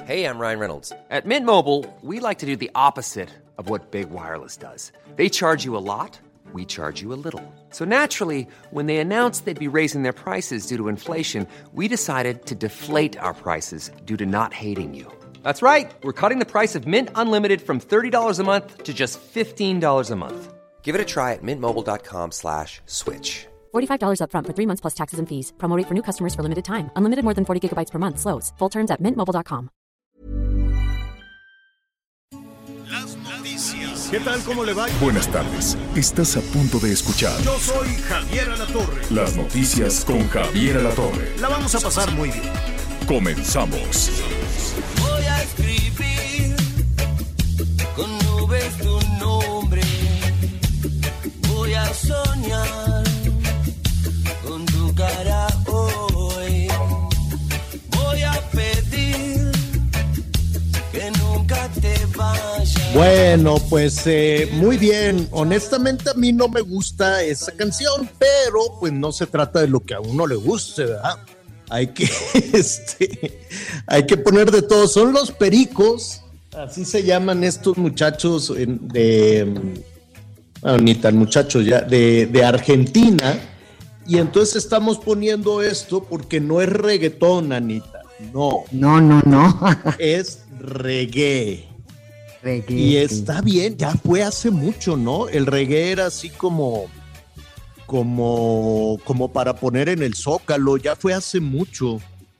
Hey, I'm Ryan Reynolds. At Mint Mobile, we like to do the opposite of what Big Wireless does. They charge you a lot, we charge you a little. So naturally, when they announced they'd be raising their prices due to inflation, we decided to deflate our prices due to not hating you. That's right. We're cutting the price of Mint Unlimited from $30 a month to just $15 a month. Give it a try at mintmobile.com/switch. $45 up front for 3 months plus taxes and fees. Promo rate for new customers for limited time. Unlimited more than 40 gigabytes per month. Slows full terms at mintmobile.com. Las noticias. ¿Qué tal? ¿Cómo le va? Buenas tardes. Estás a punto de escuchar. Yo soy Javier Alatorre. Las noticias con Javier Alatorre. La vamos a pasar muy bien. Comenzamos. Voy a escribir con nubes tu nombre. Voy a soñar con tu cara hoy. Voy a pedir que nunca te vayas. Bueno, pues muy bien. Honestamente a mí no me gusta esa canción, pero pues no se trata de lo que a uno le guste, ¿verdad? Hay que, hay que poner de todo. Son los Pericos, así se llaman estos muchachos ni tan muchachos ya, de Argentina. Y entonces estamos poniendo esto porque no es reggaetón, Anita. No. Es reggae. Y está bien, ya fue hace mucho, ¿no? El reggae era así como para poner en el Zócalo, ya fue hace mucho.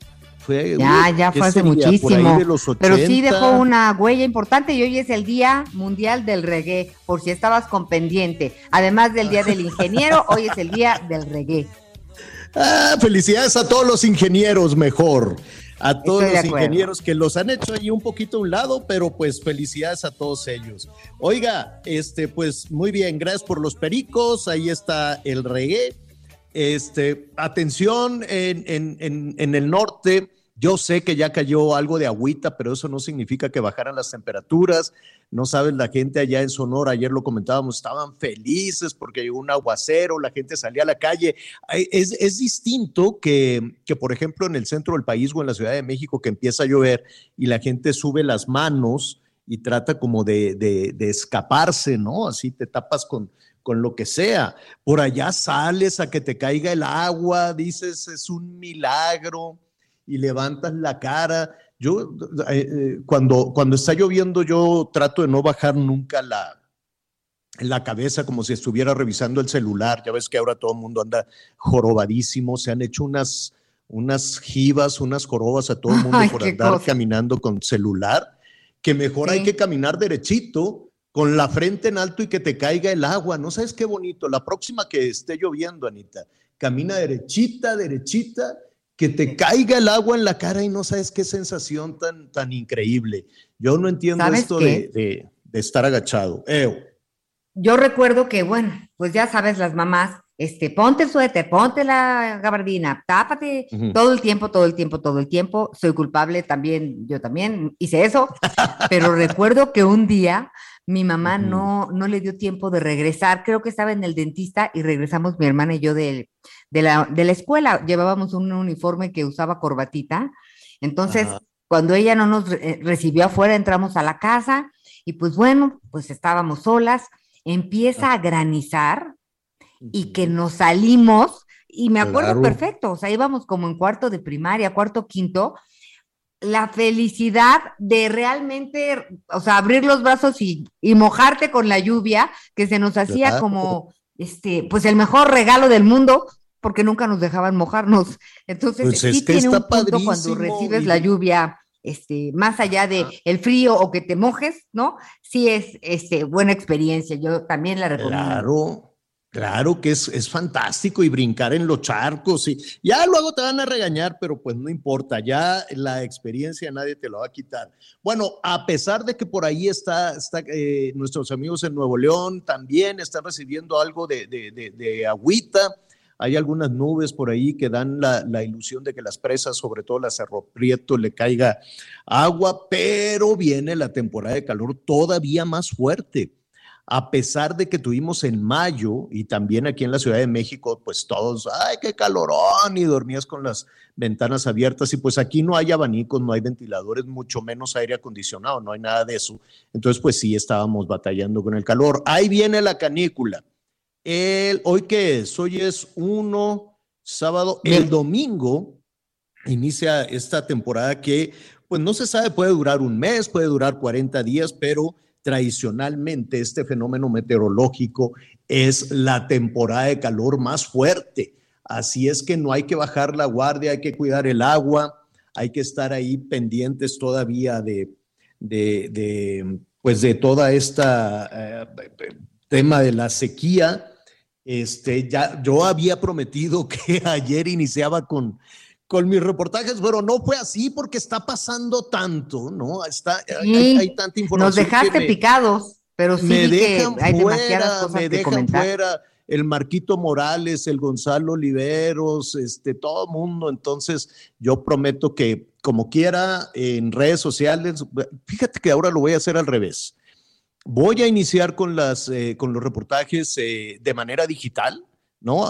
Ya fue hace muchísimo, pero sí dejó una huella importante y hoy es el Día Mundial del Reggae, por si estabas con pendiente. Además del Día del Ingeniero, hoy es el Día del Reggae. Felicidades a todos los ingenieros, mejor. A todos los ingenieros que los han hecho ahí un poquito a un lado, pero pues felicidades a todos ellos. Oiga, pues muy bien, gracias por los Pericos, ahí está el reggae. Atención en el norte, yo sé que ya cayó algo de agüita, pero eso no significa que bajaran las temperaturas. No sabes, la gente allá en Sonora, ayer lo comentábamos, estaban felices porque llegó un aguacero, la gente salía a la calle. Es distinto que, por ejemplo, en el centro del país o en la Ciudad de México, que empieza a llover y la gente sube las manos y trata como de escaparse, ¿no? Así te tapas con lo que sea. Por allá sales a que te caiga el agua, dices es un milagro y levantas la cara. Yo cuando está lloviendo yo trato de no bajar nunca la cabeza como si estuviera revisando el celular. Ya ves que ahora todo el mundo anda jorobadísimo, se han hecho unas jibas, unas jorobas a todo el mundo por andar caminando con celular, que mejor hay que caminar derechito, con la frente en alto y que te caiga el agua. ¿No sabes qué bonito? La próxima que esté lloviendo, Anita, camina derechita, que te caiga el agua en la cara y no sabes qué sensación tan increíble. Yo no entiendo esto de estar agachado. Yo recuerdo que, bueno, pues ya sabes, las mamás, ponte el suéter, ponte la gabardina, tápate todo el tiempo. Soy culpable también, yo también hice eso, pero recuerdo que un día mi mamá no le dio tiempo de regresar, creo que estaba en el dentista y regresamos mi hermana y yo de la escuela, llevábamos un uniforme que usaba corbatita, entonces cuando ella no nos recibió afuera, entramos a la casa y pues bueno, pues estábamos solas, empieza a granizar y que nos salimos y me acuerdo perfecto, o sea, íbamos como en cuarto de primaria, cuarto, quinto, la felicidad de realmente, o sea, abrir los brazos y mojarte con la lluvia, que se nos hacía como, pues el mejor regalo del mundo, porque nunca nos dejaban mojarnos. Entonces, pues sí tiene un punto cuando recibes la lluvia, más allá de el frío o que te mojes, ¿no? Sí es, buena experiencia, yo también la recomiendo. Claro que es fantástico y brincar en los charcos y ya luego te van a regañar, pero pues no importa, ya la experiencia nadie te la va a quitar. Bueno, a pesar de que por ahí está nuestros amigos en Nuevo León también están recibiendo algo de agüita, hay algunas nubes por ahí que dan la ilusión de que las presas, sobre todo la Cerro Prieto, le caiga agua, pero viene la temporada de calor todavía más fuerte. a pesar de que tuvimos en mayo y también aquí en la Ciudad de México, pues todos, ¡ay, qué calorón! Y dormías con las ventanas abiertas y pues aquí no hay abanicos, no hay ventiladores, mucho menos aire acondicionado, no hay nada de eso. Entonces, pues sí, estábamos batallando con el calor. Ahí viene la canícula. ¿Hoy qué es? Hoy es sábado. El domingo inicia esta temporada que, pues no se sabe, puede durar un mes, puede durar 40 días, pero tradicionalmente este fenómeno meteorológico es la temporada de calor más fuerte. Así es que no hay que bajar la guardia, hay que cuidar el agua, hay que estar ahí pendientes todavía pues de toda esta tema de la sequía. Ya yo había prometido que ayer iniciaba con mis reportajes, pero no fue así porque está pasando tanto, ¿no? Hay tanta información. Nos dejaste picados, pero sí que hay demasiadas cosas que comentar. Fuera el Marquito Morales, el Gonzalo Oliveros, todo el mundo. Entonces, yo prometo que, como quiera, en redes sociales, fíjate que ahora lo voy a hacer al revés. Voy a iniciar con los reportajes de manera digital, ¿no?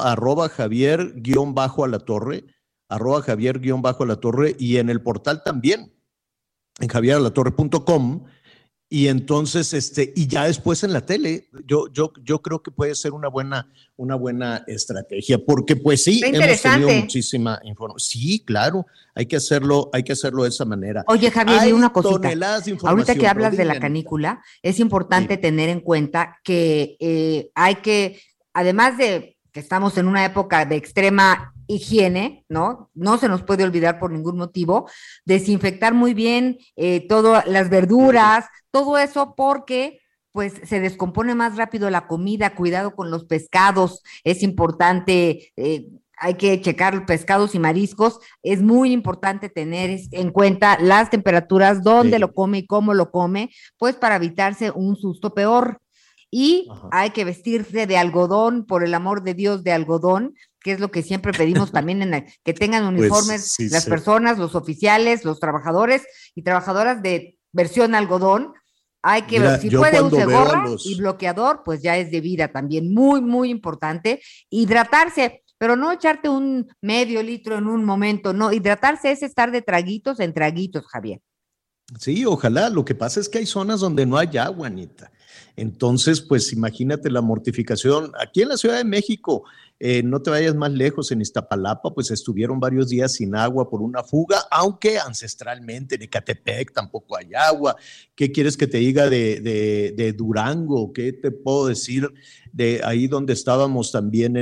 @Javier_Alatorre, @Javier_Alatorre, y en el portal también, en javieralatorre.com. Y entonces, y ya después en la tele, yo creo que puede ser una buena estrategia, porque pues sí, hemos tenido muchísima información. Sí, claro, hay que hacerlo de esa manera. Oye, Javier, y una cosita. Ahorita que hablas de la canícula, es importante tener en cuenta que hay que, además de que estamos en una época de extrema higiene, ¿no? No se nos puede olvidar por ningún motivo, desinfectar muy bien todas las verduras, todo eso, porque pues se descompone más rápido la comida. Cuidado con los pescados, es importante, hay que checar pescados y mariscos, es muy importante tener en cuenta las temperaturas, dónde lo come y cómo lo come, pues para evitarse un susto peor. Y hay que vestirse de algodón, por el amor de Dios, de algodón, que es lo que siempre pedimos también, que tengan uniformes las personas, los oficiales, los trabajadores y trabajadoras de versión algodón. Hay que ver, si puede usar gorra y bloqueador, pues ya es de vida también, muy, muy importante. Hidratarse, pero no echarte un medio litro en un momento, no, hidratarse es estar de traguitos en traguitos, Javier. Sí, ojalá. Lo que pasa es que hay zonas donde no hay agua, Anita. Entonces, pues imagínate la mortificación. Aquí en la Ciudad de México, no te vayas más lejos, en Iztapalapa, pues estuvieron varios días sin agua por una fuga, aunque ancestralmente en Ecatepec tampoco hay agua. ¿Qué quieres que te diga de Durango? ¿Qué te puedo decir de ahí donde estábamos también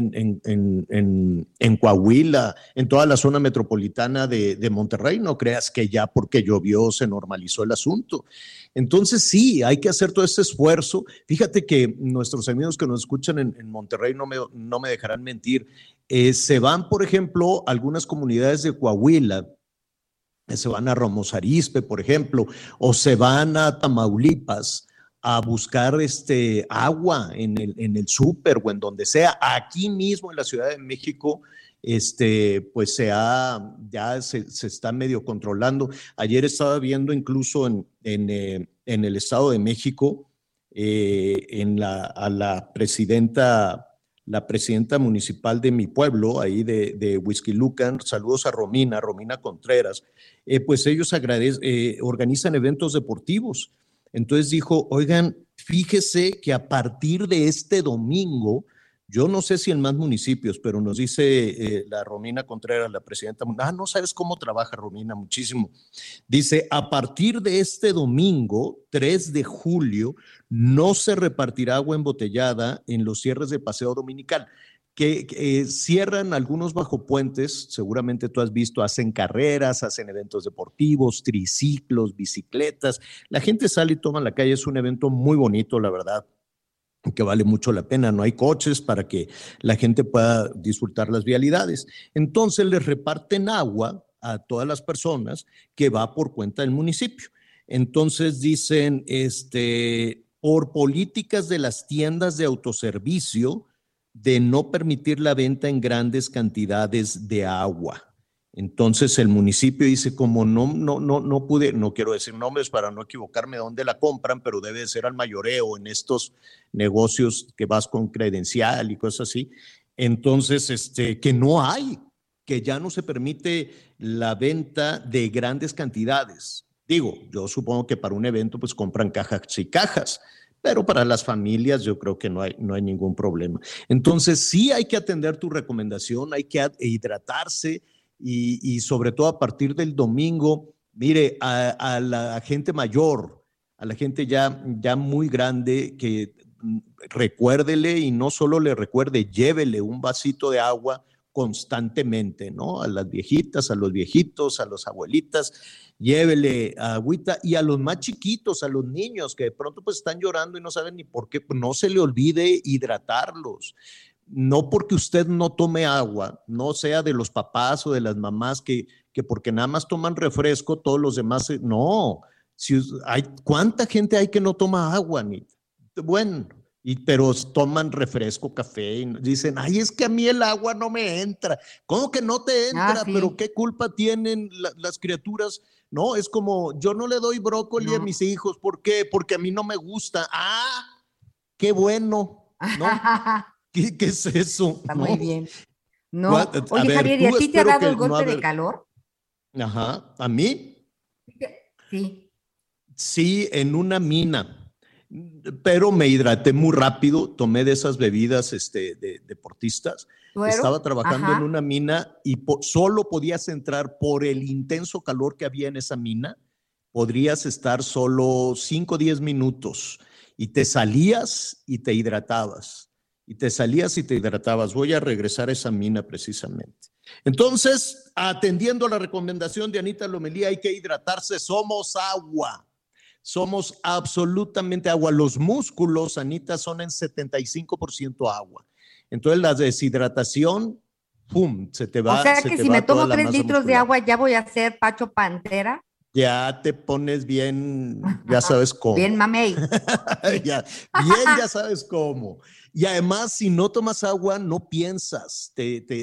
en Coahuila, en toda la zona metropolitana de Monterrey? No creas que ya porque llovió se normalizó el asunto. Entonces sí, hay que hacer todo este esfuerzo. Fíjate que nuestros amigos que nos escuchan en Monterrey no me dejarán mentir. Se van, por ejemplo, algunas comunidades de Coahuila, se van a Ramos Arizpe, por ejemplo, o se van a Tamaulipas a buscar agua en el súper o en donde sea. Aquí mismo en la Ciudad de México, pues ya se está medio controlando. Ayer estaba viendo incluso en el Estado de México a la presidenta municipal de mi pueblo, ahí de Huixquilucan, saludos a Romina Contreras, pues ellos organizan eventos deportivos. Entonces dijo, oigan, fíjese que a partir de este domingo, yo no sé si en más municipios, pero nos dice la Romina Contreras, la presidenta, no sabes cómo trabaja Romina, muchísimo. Dice, a partir de este domingo, 3 de julio, no se repartirá agua embotellada en los cierres de paseo dominical, que cierran algunos bajopuentes, seguramente tú has visto, hacen carreras, hacen eventos deportivos, triciclos, bicicletas, la gente sale y toma la calle, es un evento muy bonito, la verdad, que vale mucho la pena, no hay coches para que la gente pueda disfrutar las vialidades. Entonces les reparten agua a todas las personas que va por cuenta del municipio. Entonces dicen, por políticas de las tiendas de autoservicio, de no permitir la venta en grandes cantidades de agua. Entonces el municipio dice, como no pude, no quiero decir nombres para no equivocarme dónde la compran, pero debe de ser al mayoreo en estos negocios que vas con credencial y cosas así. Entonces, que no hay, que ya no se permite la venta de grandes cantidades. Digo, yo supongo que para un evento pues compran cajas y cajas, pero para las familias yo creo que no hay ningún problema. Entonces sí hay que atender tu recomendación, hay que hidratarse y sobre todo a partir del domingo, mire, a la gente mayor, a la gente ya muy grande, que recuérdele y no solo le recuerde, llévele un vasito de agua constantemente, ¿no? A las viejitas, a los viejitos, a las abuelitas, llévele agüita, y a los más chiquitos, a los niños que de pronto pues están llorando y no saben ni por qué, pues no se le olvide hidratarlos. No porque usted no tome agua, no sea de los papás o de las mamás que porque nada más toman refresco, todos los demás, no. ¿Cuánta gente hay que no toma agua, Anita? Bueno, pero toman refresco, café, y dicen, ay, es que a mí el agua no me entra. ¿Cómo que no te entra? Sí. Pero ¿qué culpa tienen las criaturas? No, es como, yo no le doy brócoli a mis hijos. ¿Por qué? Porque a mí no me gusta. ¡Ah! ¡Qué bueno! ¿No? ¿Qué es eso? Está muy bien. No. Oye, ver, Javier, ¿y a ti te ha dado el golpe de calor? Ajá, ¿a mí? Sí. Sí, en una mina. Pero me hidraté muy rápido, tomé de esas bebidas de deportistas. ¿Suero? Estaba trabajando en una mina y solo podías entrar por el intenso calor que había en esa mina. Podrías estar solo 5 o 10 minutos y te salías y te hidratabas. Y te salías y te hidratabas. Voy a regresar a esa mina precisamente. Entonces, atendiendo a la recomendación de Anita Lomelí, hay que hidratarse. Somos agua. Somos absolutamente agua. Los músculos, Anita, son en 75% agua. Entonces la deshidratación, ¡pum!, se te va. O sea que si me tomo 3 litros de agua, ¿ya voy a ser Pacho Pantera? Ya te pones bien, ya sabes cómo. Bien mamey. ya sabes cómo. Y además, si no tomas agua, no piensas,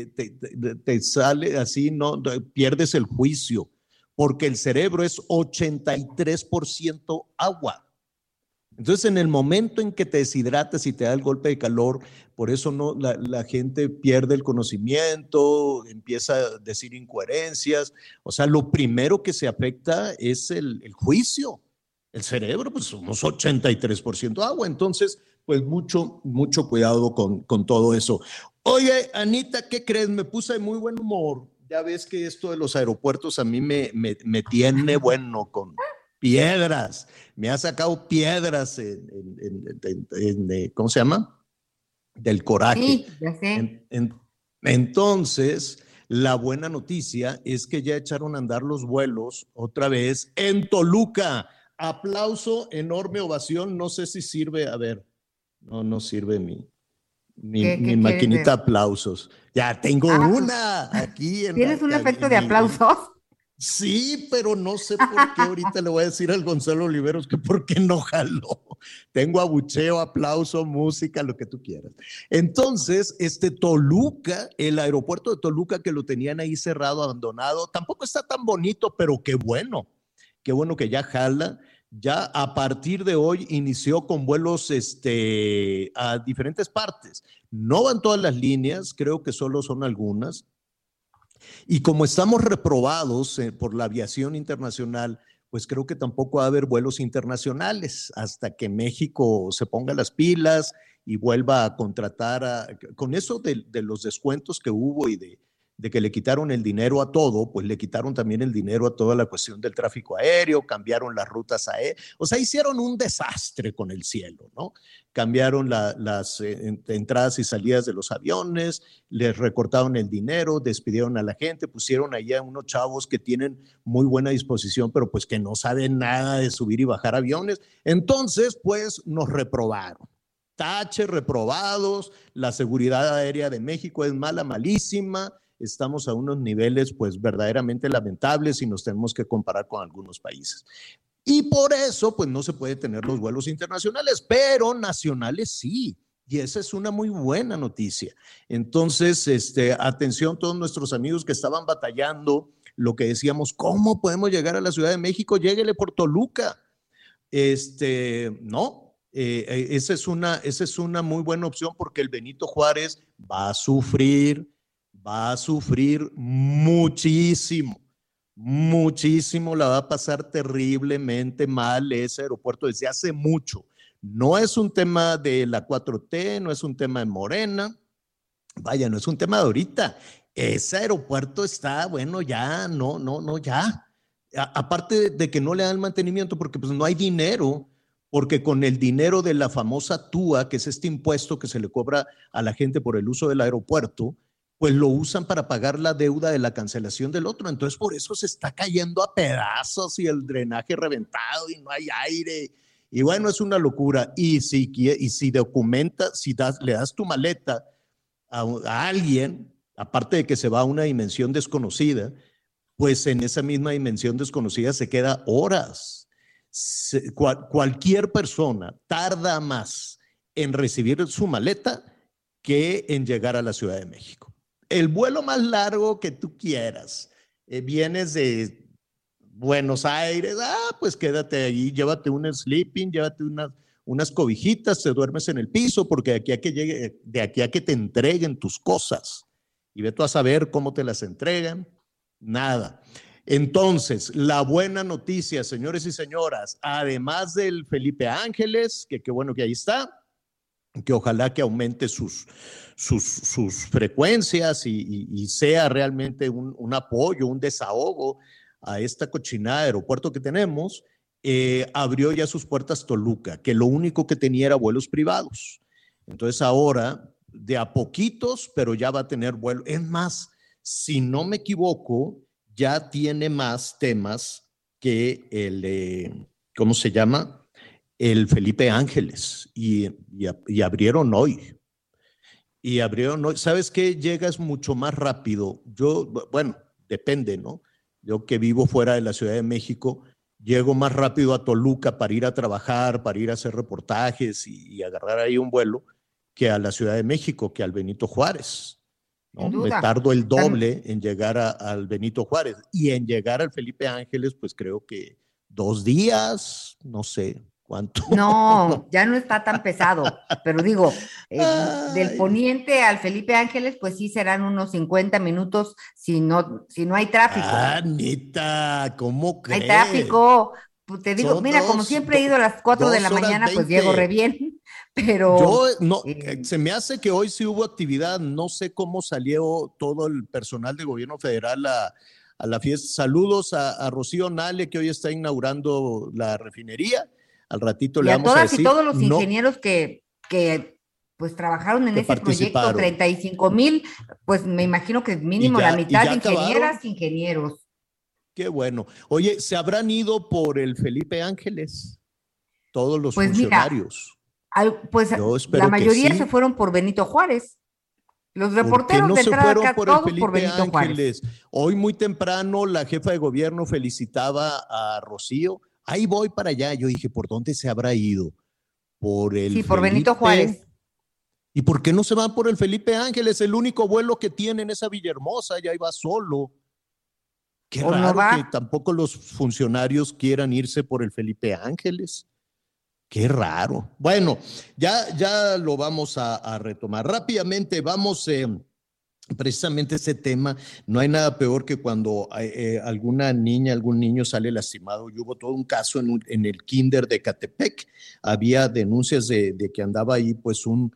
te sale así, no pierdes el juicio. Porque el cerebro es 83% agua. Entonces, en el momento en que te deshidratas y te da el golpe de calor, por eso la gente pierde el conocimiento, empieza a decir incoherencias. O sea, lo primero que se afecta es el juicio. El cerebro, pues somos 83% agua. Entonces, pues mucho cuidado con todo eso. Oye, Anita, ¿qué crees? Me puse de muy buen humor. Ya ves que esto de los aeropuertos a mí me tiene bueno con piedras. Me ha sacado piedras ¿cómo se llama? Del coraje. Sí, ya sé. Entonces, la buena noticia es que ya echaron a andar los vuelos otra vez en Toluca. Aplauso, enorme ovación. No sé si sirve, a ver, no sirve mi maquinita de aplausos. Ya tengo una aquí. ¿Tienes un efecto de aplausos? Sí, pero no sé por qué ahorita le voy a decir al Gonzalo Oliveros que por qué no jaló. Tengo abucheo, aplauso, música, lo que tú quieras. Entonces, Toluca, el aeropuerto de Toluca que lo tenían ahí cerrado, abandonado, tampoco está tan bonito, pero qué bueno que ya jala. Ya a partir de hoy inició con vuelos a diferentes partes. No van todas las líneas, creo que solo son algunas. Y como estamos reprobados por la aviación internacional, pues creo que tampoco va a haber vuelos internacionales hasta que México se ponga las pilas y vuelva a contratar. Con eso de los descuentos que hubo y de que le quitaron el dinero a todo, pues le quitaron también el dinero a toda la cuestión del tráfico aéreo, cambiaron las rutas aéreas, o sea, hicieron un desastre con el cielo, ¿no? Cambiaron las entradas y salidas de los aviones, les recortaron el dinero, despidieron a la gente, pusieron allá unos chavos que tienen muy buena disposición, pero pues que no saben nada de subir y bajar aviones. Entonces, pues nos reprobaron. Tache, reprobados, la seguridad aérea de México es mala, malísima. Estamos a unos niveles pues verdaderamente lamentables y nos tenemos que comparar con algunos países. Y por eso pues no se puede tener los vuelos internacionales, pero nacionales sí. Y esa es una muy buena noticia. Entonces, atención todos nuestros amigos que estaban batallando, lo que decíamos, ¿cómo podemos llegar a la Ciudad de México? Lléguele por Toluca. No, esa es una muy buena opción porque el Benito Juárez va a sufrir muchísimo, la va a pasar terriblemente mal ese aeropuerto desde hace mucho. No es un tema de la 4T, no es un tema de Morena, vaya, no es un tema de ahorita. Ese aeropuerto está, bueno, ya, ya. Aparte de que no le dan mantenimiento porque pues no hay dinero, porque con el dinero de la famosa TUA, que es este impuesto que se le cobra a la gente por el uso del aeropuerto, pues lo usan para pagar la deuda de la cancelación del otro. Entonces por eso se está cayendo a pedazos y el drenaje reventado y no hay aire. Y bueno, es una locura. Y si documentas, le das tu maleta a alguien, aparte de que se va a una dimensión desconocida, pues en esa misma dimensión desconocida se queda horas. Cualquier persona tarda más en recibir su maleta que en llegar a la Ciudad de México. El vuelo más largo que tú quieras. Vienes de Buenos Aires, pues quédate ahí, llévate un sleeping, llévate unas cobijitas, te duermes en el piso, porque de aquí a que te entreguen tus cosas, y ve tú a saber cómo te las entregan, nada. Entonces, la buena noticia, señores y señoras, además del Felipe Ángeles, que qué bueno que ahí está, que ojalá que aumente sus frecuencias y sea realmente un apoyo, un desahogo a esta cochinada de aeropuerto que tenemos. Abrió ya sus puertas Toluca, que lo único que tenía era vuelos privados. Entonces ahora, de a poquitos, pero ya va a tener vuelo. Es más, si no me equivoco, ya tiene más temas que ¿cómo se llama? El Felipe Ángeles. Y abrieron hoy. ¿Sabes qué? Llegas mucho más rápido. Bueno, depende, ¿no? Yo que vivo fuera de la Ciudad de México, llego más rápido a Toluca para ir a trabajar, para ir a hacer reportajes y agarrar ahí un vuelo que a la Ciudad de México, que al Benito Juárez, ¿no? Me tardo el doble en llegar al Benito Juárez y en llegar al Felipe Ángeles, pues creo que 2 días, no sé cuánto. No, ya no está tan pesado, pero digo, del Poniente al Felipe Ángeles, pues sí serán unos 50 minutos si no hay tráfico. Neta, ¿cómo crees? Hay tráfico, pues te digo, mira, como siempre he ido a las 4 de la mañana, 20. Pues llego re bien, pero... se me hace que hoy sí hubo actividad, no sé cómo salió todo el personal de gobierno federal a la fiesta. Saludos a Rocío Nale, que hoy está inaugurando la refinería. Al ratito le vamos a decir. Y todos los ingenieros que pues trabajaron en ese proyecto, 35,000, pues me imagino que mínimo la mitad de ingenieras, ingenieros. Qué bueno. Oye, ¿se habrán ido por el Felipe Ángeles? Todos los funcionarios. Mira, pues la mayoría se fueron por Benito Juárez. Los reporteros de entrada acá, todos por Benito Juárez. Hoy muy temprano la jefa de gobierno felicitaba a Rocío. Ahí voy para allá. Yo dije, ¿por dónde se habrá ido? Por Benito Juárez. ¿Y por qué no se van por el Felipe Ángeles? El único vuelo que tienen es a Villahermosa, ya iba solo. Qué raro que tampoco los funcionarios quieran irse por el Felipe Ángeles. Qué raro. Bueno, ya lo vamos a retomar. Rápidamente vamos... precisamente ese tema, no hay nada peor que cuando alguna niña, algún niño sale lastimado. Y hubo todo un caso en el kinder de Ecatepec. Había denuncias de que andaba ahí pues un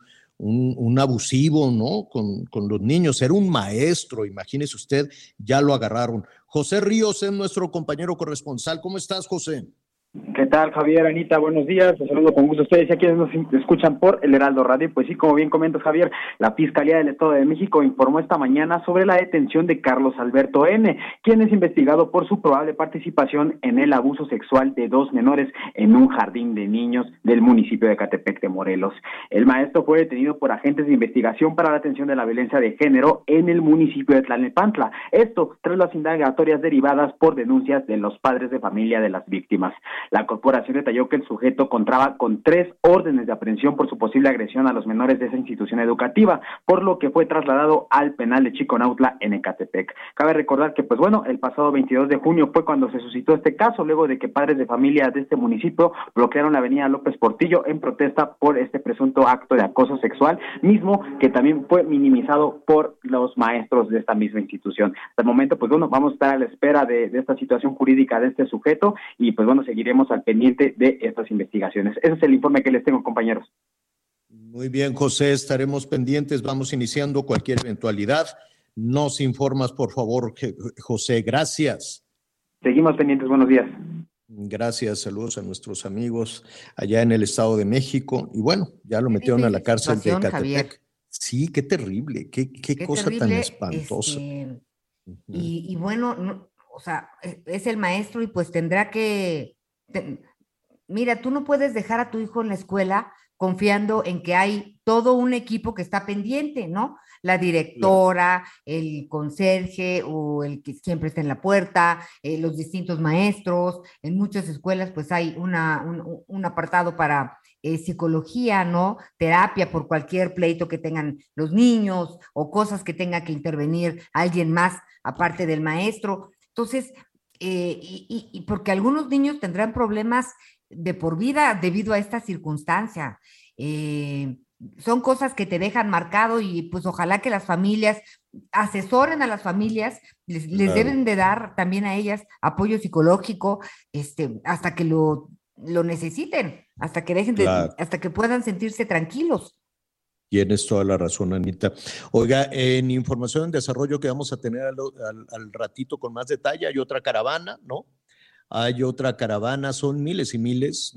abusivo, ¿no? Con los niños. Era un maestro, imagínese usted, ya lo agarraron. José Ríos es nuestro compañero corresponsal. ¿Cómo estás, José? ¿Qué tal, Javier, Anita? Buenos días, los saludo con gusto a ustedes y a quienes nos escuchan por el Heraldo Radio. Pues sí, como bien comentas, Javier, la Fiscalía del Estado de México informó esta mañana sobre la detención de Carlos Alberto N., quien es investigado por su probable participación en el abuso sexual de 2 menores en un jardín de niños del municipio de Ecatepec de Morelos. El maestro fue detenido por agentes de investigación para la atención de la violencia de género en el municipio de Tlalnepantla. Esto tras las indagatorias derivadas por denuncias de los padres de familia de las víctimas. La corporación detalló que el sujeto contaba con 3 órdenes de aprehensión por su posible agresión a los menores de esa institución educativa, por lo que fue trasladado al penal de Chiconautla en Ecatepec. Cabe recordar que, pues bueno, el pasado 22 de junio fue cuando se suscitó este caso, luego de que padres de familia de este municipio bloquearon la avenida López Portillo en protesta por este presunto acto de acoso sexual, mismo que también fue minimizado por los maestros de esta misma institución. Hasta el momento, pues bueno, vamos a estar a la espera de esta situación jurídica de este sujeto y pues bueno, seguiremos al pendiente de estas investigaciones. Ese es el informe que les tengo, compañeros. Muy bien, José, estaremos pendientes, vamos iniciando cualquier eventualidad. Nos informas, por favor, José, gracias. Seguimos pendientes, buenos días. Gracias, saludos a nuestros amigos allá en el Estado de México. Y bueno, ya lo metieron a la cárcel de Ecatepec. Javier. Sí, qué terrible, qué cosa terrible, tan espantosa. Y bueno, no, o sea, es el maestro y pues tendrá que... Mira, tú no puedes dejar a tu hijo en la escuela confiando en que hay todo un equipo que está pendiente, ¿no? La directora, el conserje o el que siempre está en la puerta, los distintos maestros. En muchas escuelas pues hay un apartado para psicología, ¿no? Terapia por cualquier pleito que tengan los niños o cosas que tenga que intervenir alguien más aparte del maestro. Entonces, y porque algunos niños tendrán problemas de por vida debido a esta circunstancia. Son cosas que te dejan marcado y pues ojalá que las familias asesoren a las familias, les claro, deben de dar también a ellas apoyo psicológico hasta que lo necesiten, hasta que dejen claro, hasta que puedan sentirse tranquilos. Tienes toda la razón, Anita. Oiga, en información en desarrollo que vamos a tener al ratito con más detalle, hay otra caravana, ¿no? Hay otra caravana, son miles y miles,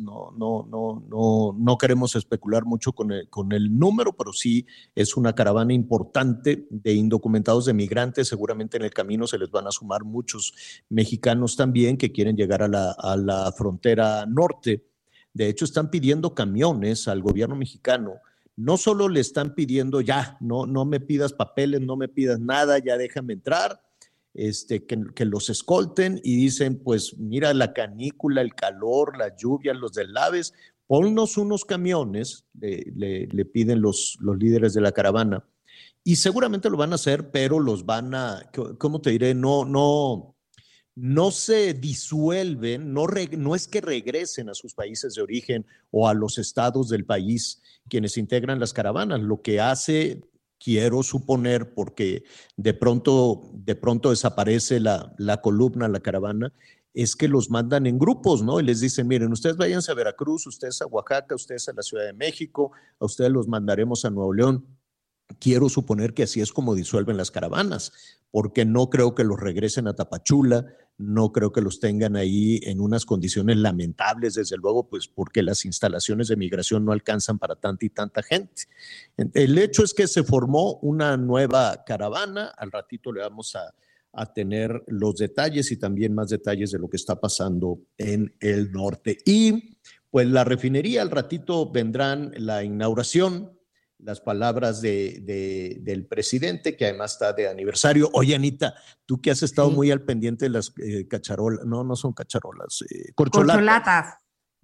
no queremos especular mucho con el número, pero sí es una caravana importante de indocumentados, de migrantes. Seguramente en el camino se les van a sumar muchos mexicanos también que quieren llegar a la frontera norte. De hecho, están pidiendo camiones al gobierno mexicano. No solo le están pidiendo ya, no me pidas papeles, no me pidas nada, ya déjame entrar. Que los escolten y dicen, pues mira la canícula, el calor, la lluvia, los deslaves, ponnos unos camiones, le piden los líderes de la caravana, y seguramente lo van a hacer, pero los van a, ¿cómo te diré? No se disuelven, no es que regresen a sus países de origen o a los estados del país quienes integran las caravanas. Lo que hace, quiero suponer, porque de pronto desaparece la columna, la caravana, es que los mandan en grupos, ¿no? Y les dicen, miren, ustedes váyanse a Veracruz, ustedes a Oaxaca, ustedes a la Ciudad de México, a ustedes los mandaremos a Nuevo León. Quiero suponer que así es como disuelven las caravanas, porque no creo que los regresen a Tapachula, no creo que los tengan ahí en unas condiciones lamentables, desde luego, pues porque las instalaciones de migración no alcanzan para tanta y tanta gente. El hecho es que se formó una nueva caravana, al ratito le vamos a tener los detalles y también más detalles de lo que está pasando en el norte. Y pues la refinería, al ratito vendrán la inauguración, las palabras del presidente, que además está de aniversario. Oye, Anita, tú que has estado muy al pendiente de las cacharolas, no son cacharolas, corcholatas.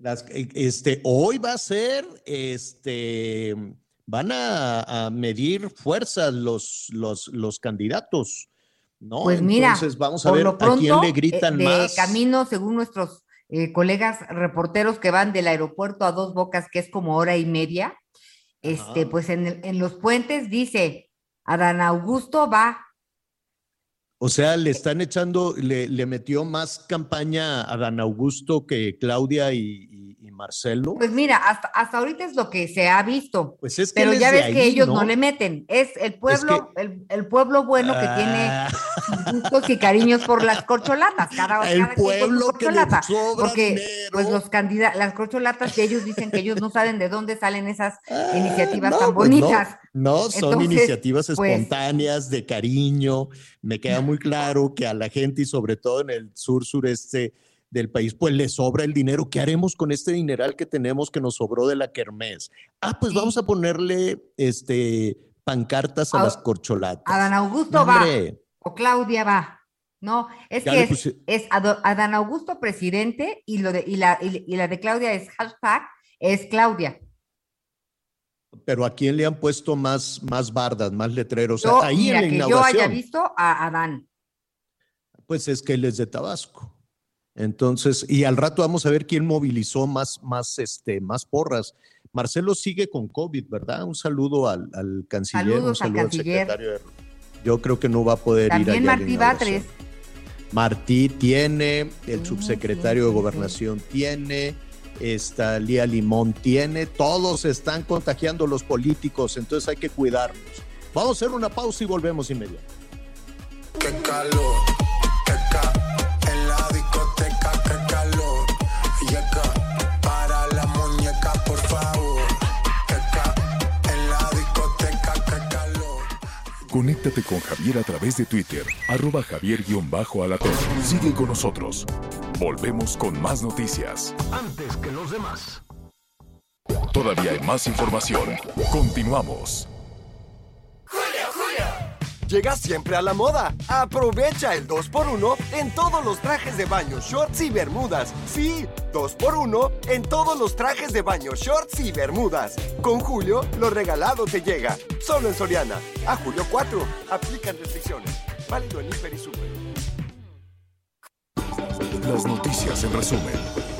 Hoy va a ser, van a medir fuerzas los candidatos, ¿no? Pues mira, entonces vamos a ver pronto, a quién le gritan más. De camino, según nuestros colegas reporteros que van del aeropuerto a Dos Bocas, que es como hora y media, pues en los puentes dice, Adán Augusto va. O sea, le están echando, le metió más campaña a Adán Augusto que Claudia y Marcelo. Pues mira, hasta ahorita es lo que se ha visto. Pues es que pero ya ves ahí, que ellos no le meten. Es el pueblo, es que, el pueblo bueno que tiene gustos y cariños por las corcholatas. El pueblo que le sobra porque dinero. Pues las corcholatas que ellos dicen que ellos no saben de dónde salen esas iniciativas tan bonitas. No, son entonces, iniciativas espontáneas, de cariño. Me queda muy claro que a la gente y sobre todo en el sureste del país, pues le sobra el dinero. ¿Qué haremos con este dineral que tenemos que nos sobró de la kermés? Pues vamos a ponerle pancartas a las corcholatas. Adán Augusto va, o Claudia va. No, es Ya que le puse- es Adán Augusto presidente y la de Claudia es hashtag es Claudia. Pero ¿a quién le han puesto más bardas, más letreros? Yo, Ahí en mira, la que yo haya inauguración, visto a Adán. pues es que él es de Tabasco. Entonces, y al rato vamos a ver quién movilizó más porras. Marcelo sigue con COVID, ¿verdad? Un saludo al canciller, un Saludos al saludo al canciller. secretario. Yo creo que no va a poder ir También allá a la Martí inauguración. Batres. Martí tiene, el Sí, subsecretario sí, de sí, Gobernación tiene, Lía Limón tiene, todos están contagiando los políticos, entonces hay que cuidarnos. Vamos a hacer una pausa y volvemos inmediatamente. Qué calor, en la discoteca, qué calor. Llega para la muñeca, por favor. En la discoteca, qué calor. Conéctate con Javier a través de Twitter, @Javier_Alatorre. Sigue con nosotros. Volvemos con más noticias. Antes que los demás. Todavía hay más información. Continuamos. Llega siempre a la moda. Aprovecha el 2x1 en todos los trajes de baño, shorts y bermudas. Sí, 2x1 en todos los trajes de baño, shorts y bermudas. Con Julio, lo regalado te llega. Solo en Soriana. A julio 4. Aplican restricciones. Válido en Hiper y Super. Las noticias en resumen.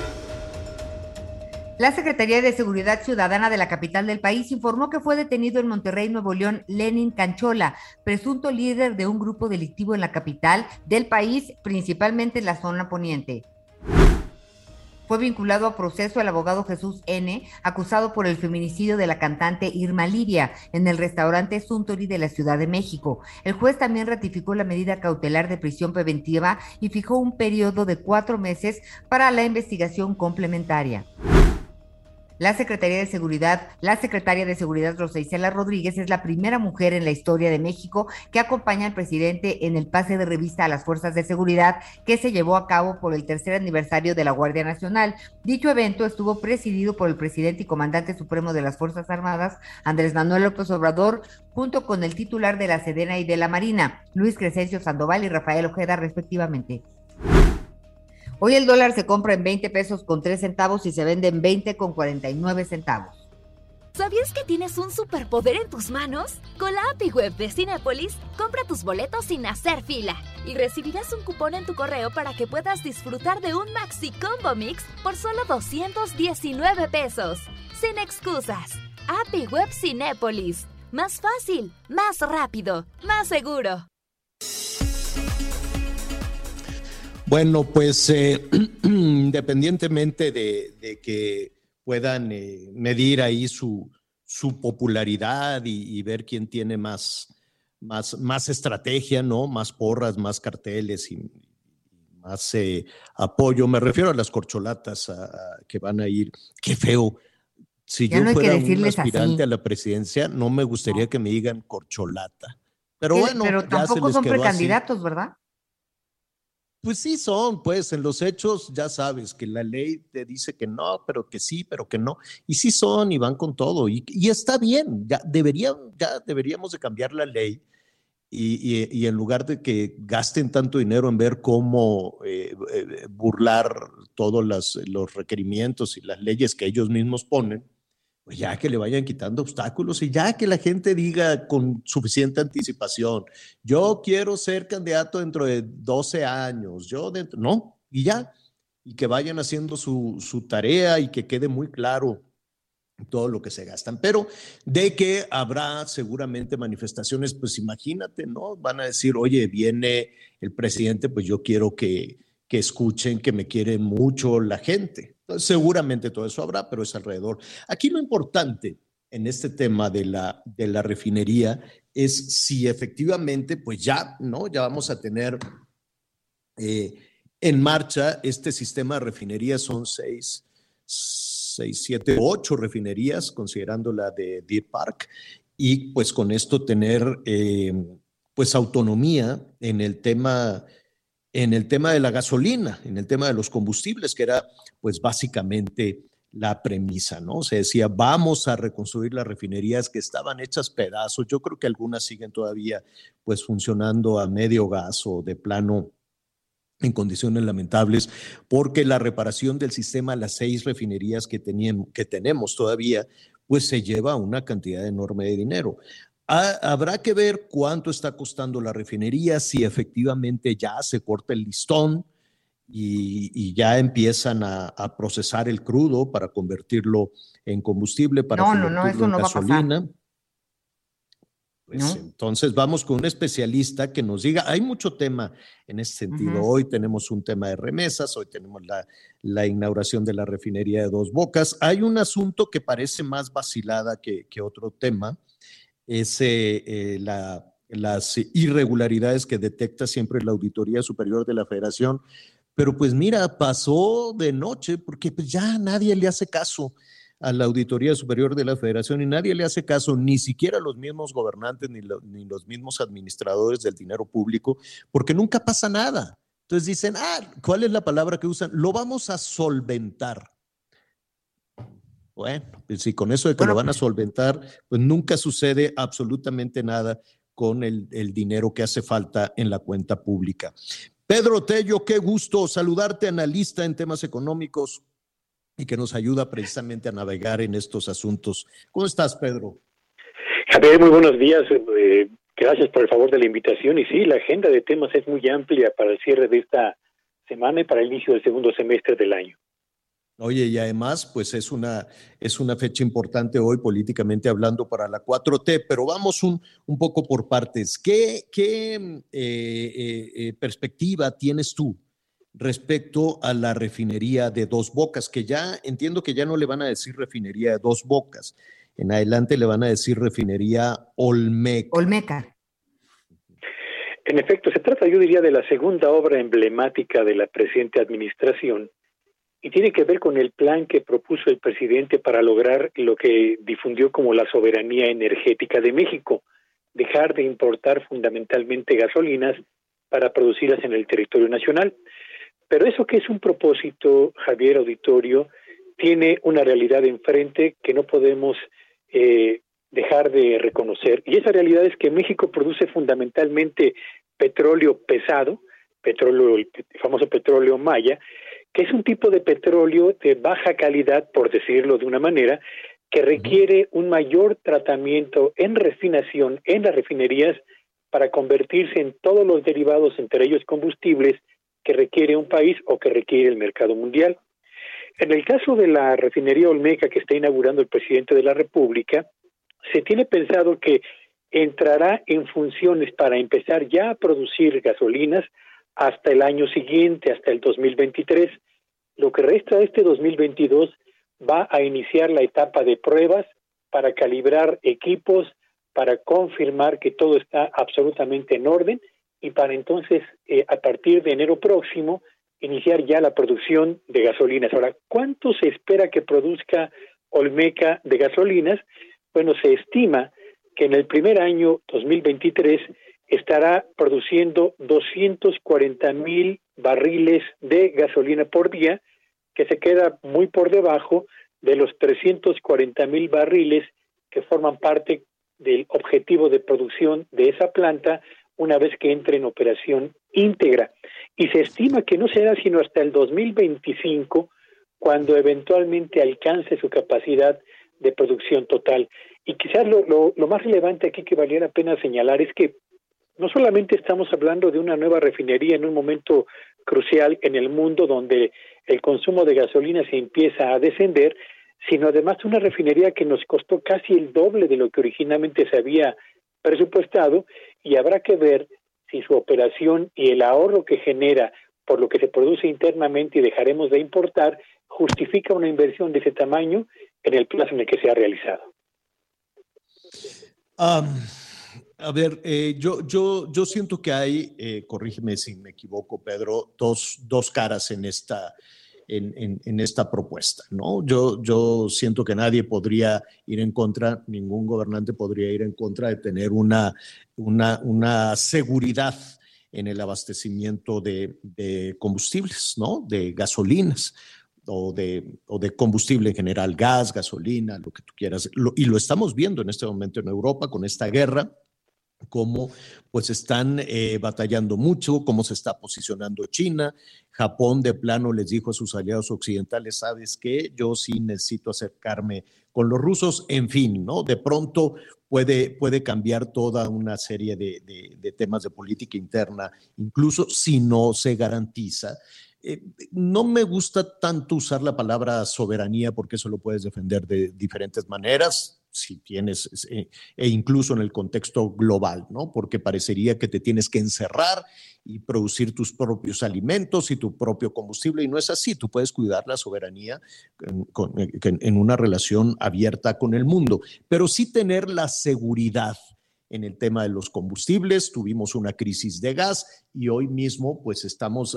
La Secretaría de Seguridad Ciudadana de la capital del país informó que fue detenido en Monterrey, Nuevo León, Lenin Canchola, presunto líder de un grupo delictivo en la capital del país, principalmente en la zona poniente. Fue vinculado a proceso el abogado Jesús N., acusado por el feminicidio de la cantante Irma Livia en el restaurante Suntory de la Ciudad de México. El juez también ratificó la medida cautelar de prisión preventiva y fijó un periodo de 4 meses para la investigación complementaria. La secretaria de Seguridad Rosa Isela Rodríguez es la primera mujer en la historia de México que acompaña al presidente en el pase de revista a las fuerzas de seguridad que se llevó a cabo por el 3er aniversario de la Guardia Nacional. Dicho evento estuvo presidido por el presidente y comandante supremo de las Fuerzas Armadas, Andrés Manuel López Obrador, junto con el titular de la Sedena y de la Marina, Luis Crescencio Sandoval y Rafael Ojeda, respectivamente. Hoy el dólar se compra en 20 pesos con 3 centavos y se vende en 20 con 49 centavos. ¿Sabías que tienes un superpoder en tus manos? Con la API Web de Cinépolis, compra tus boletos sin hacer fila y recibirás un cupón en tu correo para que puedas disfrutar de un Maxi Combo Mix por solo 219 pesos. Sin excusas. API Web Cinépolis. Más fácil, más rápido, más seguro. Bueno, pues independientemente de que puedan medir ahí su popularidad y ver quién tiene más estrategia, ¿no? Más porras, más carteles y más apoyo. Me refiero a las corcholatas que van a ir. Qué feo. Si Ya yo no hay que fuera un decirles aspirante así. a la presidencia, no me gustaría que me digan corcholata. Pero bueno, Pero ya se tampoco les son quedó así. precandidatos, ¿verdad? Pues sí son, pues en los hechos ya sabes que la ley te dice que no, pero que sí, pero que no. Y sí son y van con todo. Y está bien, ya deberíamos de cambiar la ley y en lugar de que gasten tanto dinero en ver cómo burlar todos los requerimientos y las leyes que ellos mismos ponen, pues ya que le vayan quitando obstáculos y ya que la gente diga con suficiente anticipación, yo quiero ser candidato dentro de 12 años, no, y ya, y que vayan haciendo su tarea y que quede muy claro todo lo que se gastan, pero de que habrá seguramente manifestaciones, pues imagínate, ¿no? Van a decir, oye, viene el presidente, pues yo quiero que escuchen que me quiere mucho la gente. Entonces, seguramente todo eso habrá, pero es alrededor. Aquí lo importante en este tema de la refinería es si efectivamente, pues ya, ¿no? Ya vamos a tener en marcha este sistema de refinerías. Son 6, 7, 8 refinerías, considerando la de Deer Park, y pues con esto tener pues autonomía en el tema de la gasolina, en el tema de los combustibles, que era pues básicamente la premisa, ¿no? Se decía, vamos a reconstruir las refinerías que estaban hechas pedazos. Yo creo que algunas siguen todavía pues funcionando a medio gas o de plano en condiciones lamentables, porque la reparación del sistema, las 6 refinerías que tenemos todavía, pues se lleva una cantidad enorme de dinero. Habrá que ver cuánto está costando la refinería, si efectivamente ya se corta el listón y ya empiezan a procesar el crudo para convertirlo en combustible, para convertirlo eso en no gasolina. va a pasar. Pues entonces vamos con un especialista que nos diga, hay mucho tema en ese sentido. Hoy tenemos un tema de remesas, hoy tenemos la inauguración de la refinería de Dos Bocas. Hay un asunto que parece más vacilada que otro tema, es las irregularidades que detecta siempre la Auditoría Superior de la Federación, pero pues mira, pasó de noche porque pues ya nadie le hace caso a la Auditoría Superior de la Federación y nadie le hace caso, ni siquiera los mismos gobernantes ni los mismos administradores del dinero público, porque nunca pasa nada. Entonces dicen, ¿cuál es la palabra que usan? Lo vamos a solventar. Bueno, pues si con eso de que lo van a solventar, pues nunca sucede absolutamente nada con el dinero que hace falta en la cuenta pública. Pedro Tello, qué gusto saludarte, analista en temas económicos y que nos ayuda precisamente a navegar en estos asuntos. ¿Cómo estás, Pedro? Javier, muy buenos días. Gracias por el favor de la invitación. Y sí, la agenda de temas es muy amplia para el cierre de esta semana y para el inicio del segundo semestre del año. Oye, y además, pues es una fecha importante hoy políticamente hablando para la 4T, pero vamos un poco por partes. ¿Qué perspectiva tienes tú respecto a la refinería de Dos Bocas, que ya entiendo que ya no le van a decir refinería de Dos Bocas, en adelante le van a decir refinería Olmeca? En efecto, se trata, yo diría, de la segunda obra emblemática de la presente administración y tiene que ver con el plan que propuso el presidente para lograr lo que difundió como la soberanía energética de México, dejar de importar fundamentalmente gasolinas para producirlas en el territorio nacional. Pero eso que es un propósito, Javier, auditorio, tiene una realidad enfrente que no podemos dejar de reconocer. Y esa realidad es que México produce fundamentalmente petróleo pesado, el famoso petróleo maya, que es un tipo de petróleo de baja calidad, por decirlo de una manera, que requiere un mayor tratamiento en refinación en las refinerías para convertirse en todos los derivados, entre ellos combustibles, que requiere un país o que requiere el mercado mundial. En el caso de la refinería Olmeca que está inaugurando el presidente de la República, se tiene pensado que entrará en funciones para empezar ya a producir gasolinas hasta el año siguiente, hasta el 2023. Lo que resta de este 2022 va a iniciar la etapa de pruebas para calibrar equipos, para confirmar que todo está absolutamente en orden y para entonces, a partir de enero próximo, iniciar ya la producción de gasolinas. Ahora, ¿cuánto se espera que produzca Olmeca de gasolinas? Bueno, se estima que en el primer año, 2023, estará produciendo 240,000 barriles de gasolina por día, que se queda muy por debajo de los 340,000 barriles que forman parte del objetivo de producción de esa planta una vez que entre en operación íntegra. Y se estima que no será sino hasta el 2025 cuando eventualmente alcance su capacidad de producción total. Y quizás lo más relevante aquí que valiera la pena señalar es que no solamente estamos hablando de una nueva refinería en un momento crucial en el mundo donde el consumo de gasolina se empieza a descender, sino además una refinería que nos costó casi el doble de lo que originalmente se había presupuestado, y habrá que ver si su operación y el ahorro que genera por lo que se produce internamente y dejaremos de importar justifica una inversión de ese tamaño en el plazo en el que se ha realizado. A ver, yo siento que hay, corrígeme si me equivoco, Pedro, dos caras en esta propuesta, ¿no? Yo siento que nadie podría ir en contra, ningún gobernante podría ir en contra de tener una seguridad en el abastecimiento de combustibles, ¿no? De gasolinas o de combustible en general, gas, gasolina, lo que tú quieras. Y lo estamos viendo en este momento en Europa con esta guerra cómo pues están batallando mucho, cómo se está posicionando China. Japón de plano les dijo a sus aliados occidentales, ¿sabes qué? Yo sí necesito acercarme con los rusos. En fin, ¿no? De pronto puede cambiar toda una serie de temas de política interna, incluso si no se garantiza. No me gusta tanto usar la palabra soberanía porque eso lo puedes defender de diferentes maneras, si tienes, e incluso en el contexto global, ¿no? Porque parecería que te tienes que encerrar y producir tus propios alimentos y tu propio combustible, y no es así. Tú puedes cuidar la soberanía en una relación abierta con el mundo, pero sí tener la seguridad. En el tema de los combustibles, tuvimos una crisis de gas y hoy mismo pues estamos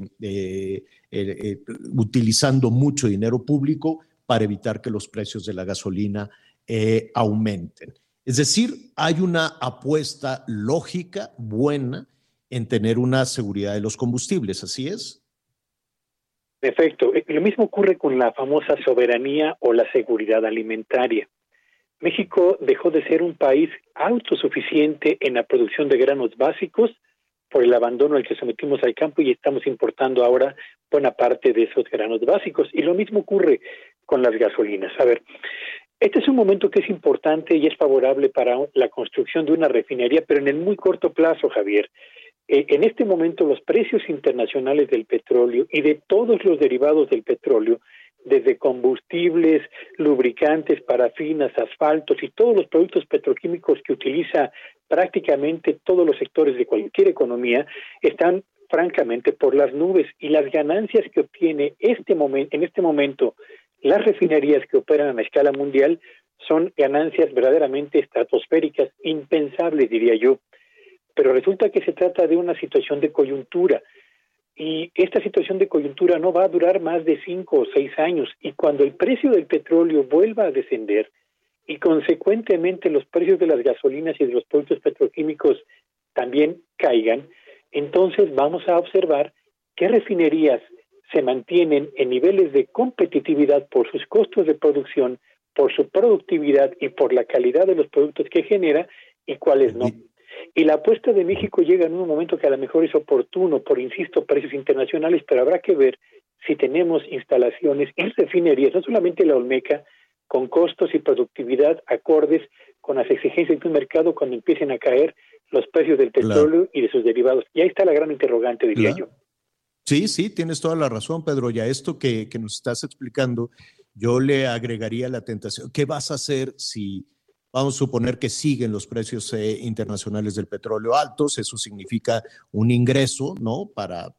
utilizando mucho dinero público para evitar que los precios de la gasolina aumenten. Es decir, hay una apuesta lógica, buena, en tener una seguridad de los combustibles, ¿así es? En efecto, lo mismo ocurre con la famosa soberanía o la seguridad alimentaria. México dejó de ser un país autosuficiente en la producción de granos básicos por el abandono al que sometimos al campo y estamos importando ahora buena parte de esos granos básicos. Y lo mismo ocurre con las gasolinas. A ver, este es un momento que es importante y es favorable para la construcción de una refinería, pero en el muy corto plazo, Javier. En este momento los precios internacionales del petróleo y de todos los derivados del petróleo, desde combustibles, lubricantes, parafinas, asfaltos y todos los productos petroquímicos que utiliza prácticamente todos los sectores de cualquier economía, están francamente por las nubes, y las ganancias que obtiene en este momento las refinerías que operan a escala mundial son ganancias verdaderamente estratosféricas, impensables, diría yo. Pero resulta que se trata de una situación de coyuntura. Y esta situación de coyuntura no va a durar más de 5 o 6 años. Y cuando el precio del petróleo vuelva a descender y consecuentemente los precios de las gasolinas y de los productos petroquímicos también caigan, entonces vamos a observar que refinerías se mantienen en niveles de competitividad por sus costos de producción, por su productividad y por la calidad de los productos que genera, y cuáles no. Y la apuesta de México llega en un momento que a lo mejor es oportuno por, insisto, precios internacionales, pero habrá que ver si tenemos instalaciones y refinerías, no solamente la Olmeca, con costos y productividad acordes con las exigencias de un mercado cuando empiecen a caer los precios del petróleo y de sus derivados. Y ahí está la gran interrogante, diría yo. Sí, tienes toda la razón, Pedro. Y a esto que nos estás explicando, yo le agregaría la tentación. ¿Qué vas a hacer si... Vamos a suponer que siguen los precios internacionales del petróleo altos? Eso significa un ingreso, ¿no? Para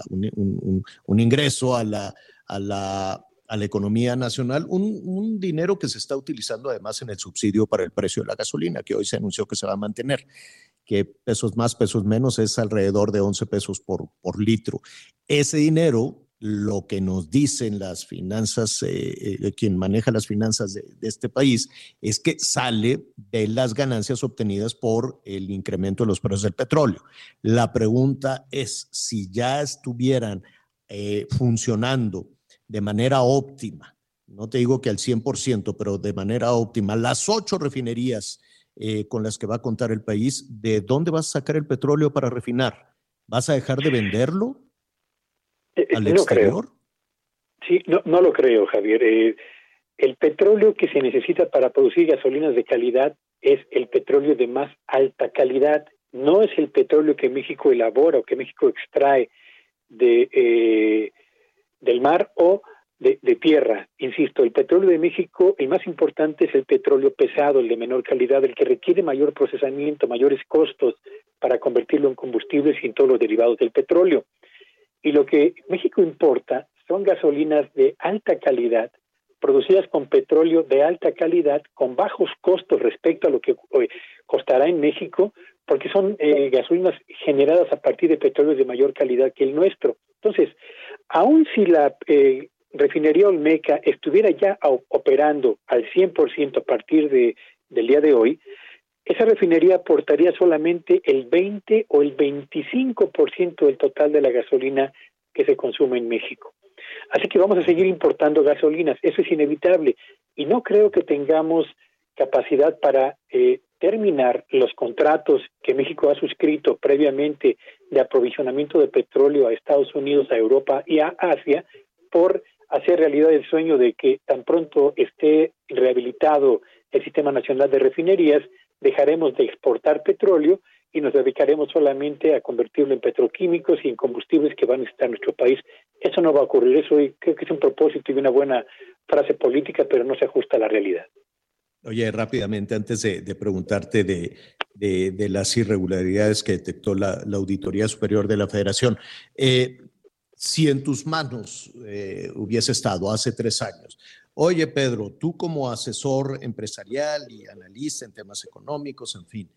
un ingreso a la economía nacional, un dinero que se está utilizando además en el subsidio para el precio de la gasolina, que hoy se anunció que se va a mantener, que pesos más, pesos menos, es alrededor de 11 pesos por litro. Ese dinero, lo que nos dicen las finanzas, quien maneja las finanzas de este país, es que sale de las ganancias obtenidas por el incremento de los precios del petróleo. La pregunta es, si ya estuvieran funcionando de manera óptima, no te digo que al 100%, pero de manera óptima, las 8 refinerías con las que va a contar el país, ¿de dónde vas a sacar el petróleo para refinar? ¿Vas a dejar de venderlo al exterior? Sí, no lo creo, Javier. El petróleo que se necesita para producir gasolinas de calidad es el petróleo de más alta calidad. No es el petróleo que México elabora o que México extrae del mar o de tierra. Insisto, el petróleo de México, el más importante es el petróleo pesado, el de menor calidad, el que requiere mayor procesamiento, mayores costos para convertirlo en combustibles y en todos los derivados del petróleo. Y lo que México importa son gasolinas de alta calidad, producidas con petróleo de alta calidad, con bajos costos respecto a lo que costará en México, porque son gasolinas generadas a partir de petróleos de mayor calidad que el nuestro. Entonces, aun si la refinería Olmeca estuviera ya operando al 100% a partir del día de hoy, esa refinería aportaría solamente el 20 o el 25% del total de la gasolina que se consume en México. Así que vamos a seguir importando gasolinas, eso es inevitable, y no creo que tengamos capacidad para terminar los contratos que México ha suscrito previamente de aprovisionamiento de petróleo a Estados Unidos, a Europa y a Asia, por hacer realidad el sueño de que tan pronto esté rehabilitado el Sistema Nacional de Refinerías, dejaremos de exportar petróleo y nos dedicaremos solamente a convertirlo en petroquímicos y en combustibles que van a necesitar nuestro país. Eso no va a ocurrir, eso creo que es un propósito y una buena frase política, pero no se ajusta a la realidad. Oye, rápidamente, antes de preguntarte de las irregularidades que detectó la Auditoría Superior de la Federación, si en tus manos hubiese estado hace 3 años, oye Pedro, tú como asesor empresarial y analista en temas económicos, en fin,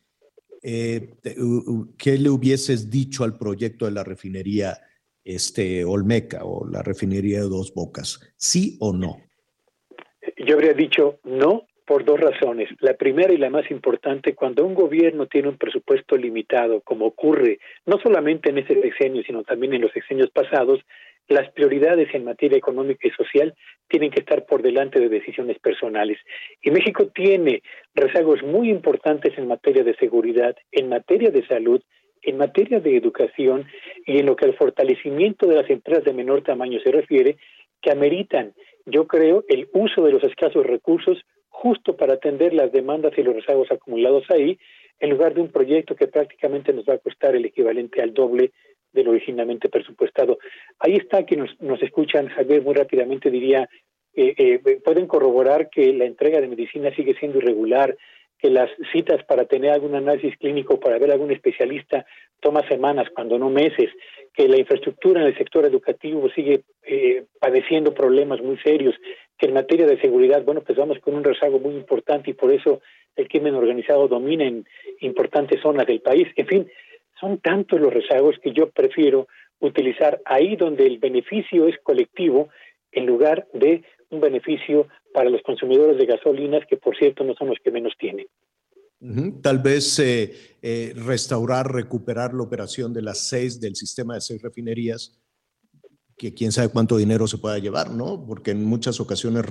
¿qué le hubieses dicho al proyecto de la refinería Olmeca o la refinería de Dos Bocas? ¿Sí o no? Yo habría dicho no, por 2 razones. La primera y la más importante, cuando un gobierno tiene un presupuesto limitado, como ocurre no solamente en este sexenio, sino también en los sexenios pasados, las prioridades en materia económica y social tienen que estar por delante de decisiones personales. Y México tiene rezagos muy importantes en materia de seguridad, en materia de salud, en materia de educación y en lo que al fortalecimiento de las empresas de menor tamaño se refiere, que ameritan, yo creo, el uso de los escasos recursos justo para atender las demandas y los rezagos acumulados ahí, en lugar de un proyecto que prácticamente nos va a costar el equivalente al doble de lo originalmente presupuestado. Ahí está, que nos escuchan, Javier, muy rápidamente diría, pueden corroborar que la entrega de medicina sigue siendo irregular, que las citas para tener algún análisis clínico, para ver a algún especialista, toma semanas, cuando no meses, que la infraestructura en el sector educativo sigue padeciendo problemas muy serios, que en materia de seguridad, bueno, pues vamos con un rezago muy importante y por eso el crimen organizado domina en importantes zonas del país. En fin, son tantos los rezagos que yo prefiero utilizar ahí donde el beneficio es colectivo en lugar de un beneficio para los consumidores de gasolinas, que por cierto no son los que menos tienen. Tal vez restaurar, recuperar la operación de las 6 del sistema de 6 refinerías, que quién sabe cuánto dinero se pueda llevar, ¿no? Porque en muchas ocasiones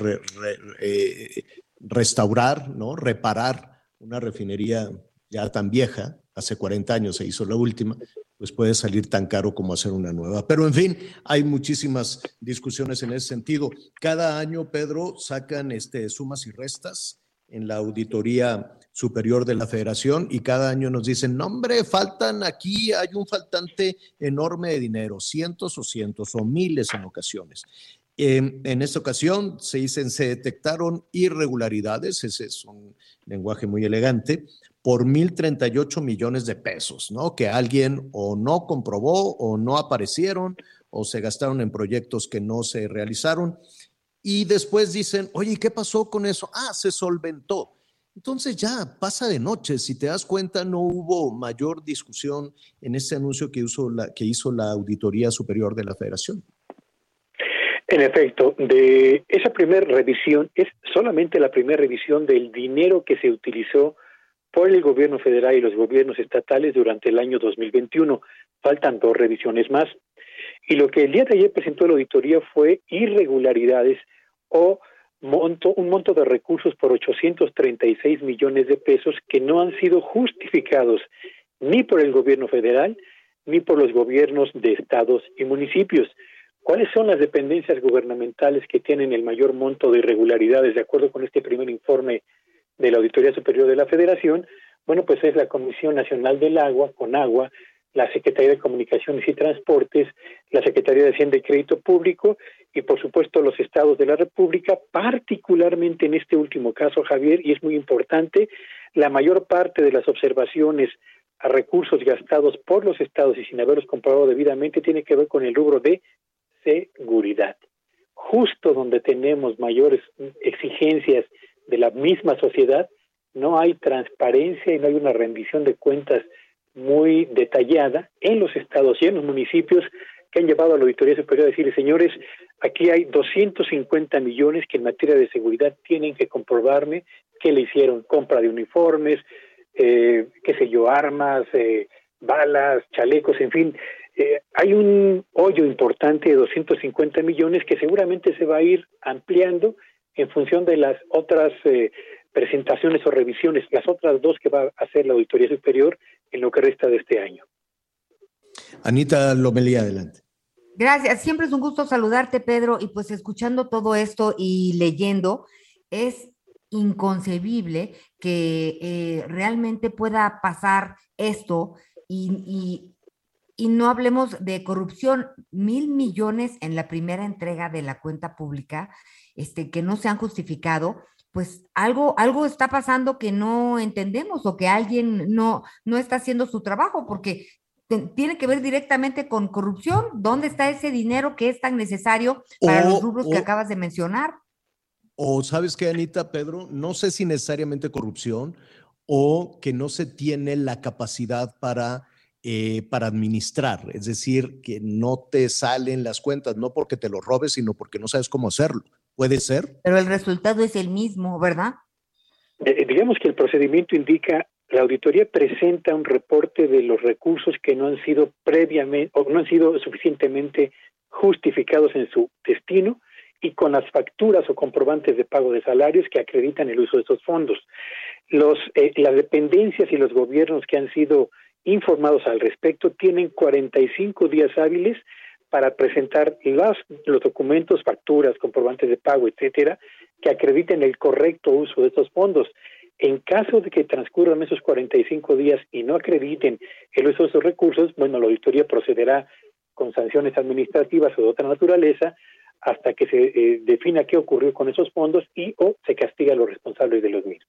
restaurar, ¿no? Reparar una refinería ya tan vieja, hace 40 años se hizo la última, pues puede salir tan caro como hacer una nueva. Pero en fin, hay muchísimas discusiones en ese sentido. Cada año, Pedro, sacan sumas y restas en la Auditoría Superior de la Federación y cada año nos dicen, no hombre, faltan aquí, hay un faltante enorme de dinero, cientos o miles en ocasiones. En esta ocasión se detectaron irregularidades, ese es un lenguaje muy elegante, por 1,038 millones de pesos, ¿no? Que alguien o no comprobó o no aparecieron o se gastaron en proyectos que no se realizaron. Y después dicen, oye, ¿qué pasó con eso? Se solventó. Entonces ya pasa de noche. Si te das cuenta, no hubo mayor discusión en este anuncio que hizo la Auditoría Superior de la Federación. En efecto, de esa primera revisión es solamente la primera revisión del dinero que se utilizó por el gobierno federal y los gobiernos estatales durante el año 2021. Faltan 2 revisiones más. Y lo que el día de ayer presentó la auditoría fue irregularidades o un monto de recursos por 836 millones de pesos que no han sido justificados ni por el gobierno federal ni por los gobiernos de estados y municipios. ¿Cuáles son las dependencias gubernamentales que tienen el mayor monto de irregularidades de acuerdo con este primer informe de la Auditoría Superior de la Federación? Bueno, pues es la Comisión Nacional del Agua, CONAGUA, la Secretaría de Comunicaciones y Transportes, la Secretaría de Hacienda y Crédito Público y, por supuesto, los estados de la República, particularmente en este último caso, Javier, y es muy importante, la mayor parte de las observaciones a recursos gastados por los estados y sin haberlos comprobado debidamente tiene que ver con el rubro de seguridad. Justo donde tenemos mayores exigencias de la misma sociedad, no hay transparencia y no hay una rendición de cuentas muy detallada en los estados y en los municipios que han llevado a la Auditoría Superior a decirle, señores, aquí hay 250 millones que en materia de seguridad tienen que comprobarme qué le hicieron, compra de uniformes, armas, balas, chalecos, en fin. Hay un hoyo importante de 250 millones que seguramente se va a ir ampliando en función de las otras presentaciones o revisiones, las otras 2 que va a hacer la Auditoría Superior en lo que resta de este año. Anita Lomelí, adelante. Gracias, siempre es un gusto saludarte, Pedro, y pues escuchando todo esto y leyendo, es inconcebible que realmente pueda pasar esto y no hablemos de corrupción. 1,000 millones en la primera entrega de la cuenta pública, que no se han justificado. Pues algo está pasando que no entendemos o que alguien no está haciendo su trabajo, porque tiene que ver directamente con corrupción. ¿Dónde está ese dinero que es tan necesario para los rubros que acabas de mencionar? O sabes qué, Anita, Pedro, no sé si necesariamente corrupción o que no se tiene la capacidad para administrar, es decir, que no te salen las cuentas, no porque te lo robes, sino porque no sabes cómo hacerlo. ¿Puede ser? Pero el resultado es el mismo, ¿verdad? Digamos que el procedimiento indica, la auditoría presenta un reporte de los recursos que no han sido previamente o no han sido suficientemente justificados en su destino y con las facturas o comprobantes de pago de salarios que acreditan el uso de estos fondos. Las dependencias y los gobiernos que han sido informados al respecto tienen 45 días hábiles para presentar los documentos, facturas, comprobantes de pago, etcétera, que acrediten el correcto uso de estos fondos. En caso de que transcurran esos 45 días y no acrediten el uso de esos recursos, bueno, la auditoría procederá con sanciones administrativas o de otra naturaleza hasta que se defina qué ocurrió con esos fondos y o se castiga a los responsables de los mismos.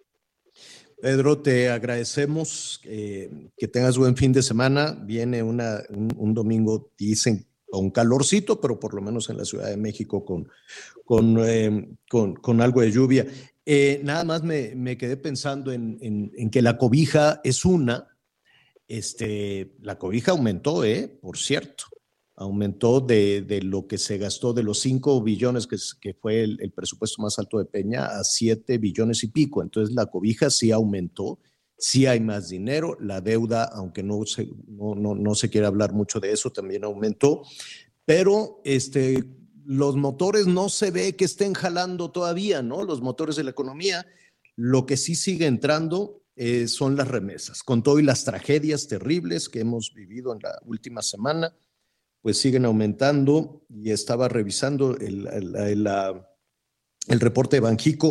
Pedro, te agradecemos, que tengas buen fin de semana. Viene un domingo, dicen, con calorcito, pero por lo menos en la Ciudad de México con algo de lluvia. Nada más me quedé pensando en que la cobija es la cobija aumentó, por cierto. Aumentó de lo que se gastó, de los 5 billones que fue el presupuesto más alto de Peña, a 7 billones y pico. Entonces la cobija sí aumentó, sí hay más dinero. La deuda, aunque no se quiere hablar mucho de eso, también aumentó. Pero los motores no se ve que estén jalando todavía, ¿no? Los motores de la economía. Lo que sí sigue entrando son las remesas. Con todo y las tragedias terribles que hemos vivido en la última semana, pues siguen aumentando. Y estaba revisando el reporte de Banjico,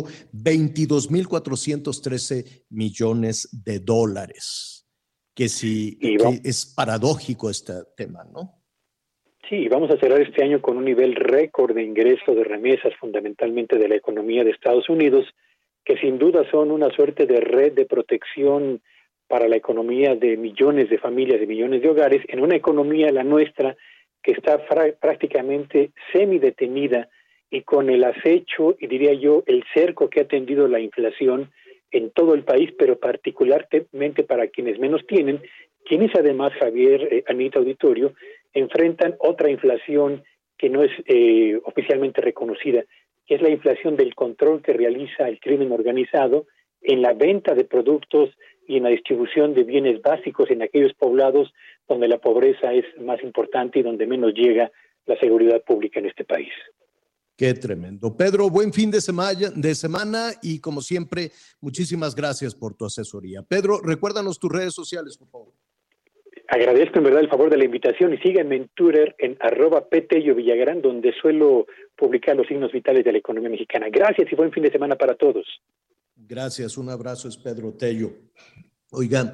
22,413 millones de dólares, que sí que es paradójico este tema, ¿no? Sí, vamos a cerrar este año con un nivel récord de ingreso de remesas, fundamentalmente de la economía de Estados Unidos, que sin duda son una suerte de red de protección para la economía de millones de familias, de millones de hogares, en una economía, la nuestra, que está prácticamente semidetenida y con el acecho y diría yo el cerco que ha tendido la inflación en todo el país, pero particularmente para quienes menos tienen, quienes además, Javier, Anita, auditorio, enfrentan otra inflación que no es oficialmente reconocida, que es la inflación del control que realiza el crimen organizado en la venta de productos y en la distribución de bienes básicos en aquellos poblados donde la pobreza es más importante y donde menos llega la seguridad pública en este país. Qué tremendo. Pedro, buen fin de semana y como siempre, muchísimas gracias por tu asesoría. Pedro, recuérdanos tus redes sociales, por favor. Agradezco en verdad el favor de la invitación y síganme en Twitter en @PTelloVillagrán, donde suelo publicar los signos vitales de la economía mexicana. Gracias y buen fin de semana para todos. Gracias, un abrazo, es Pedro Tello. Oigan,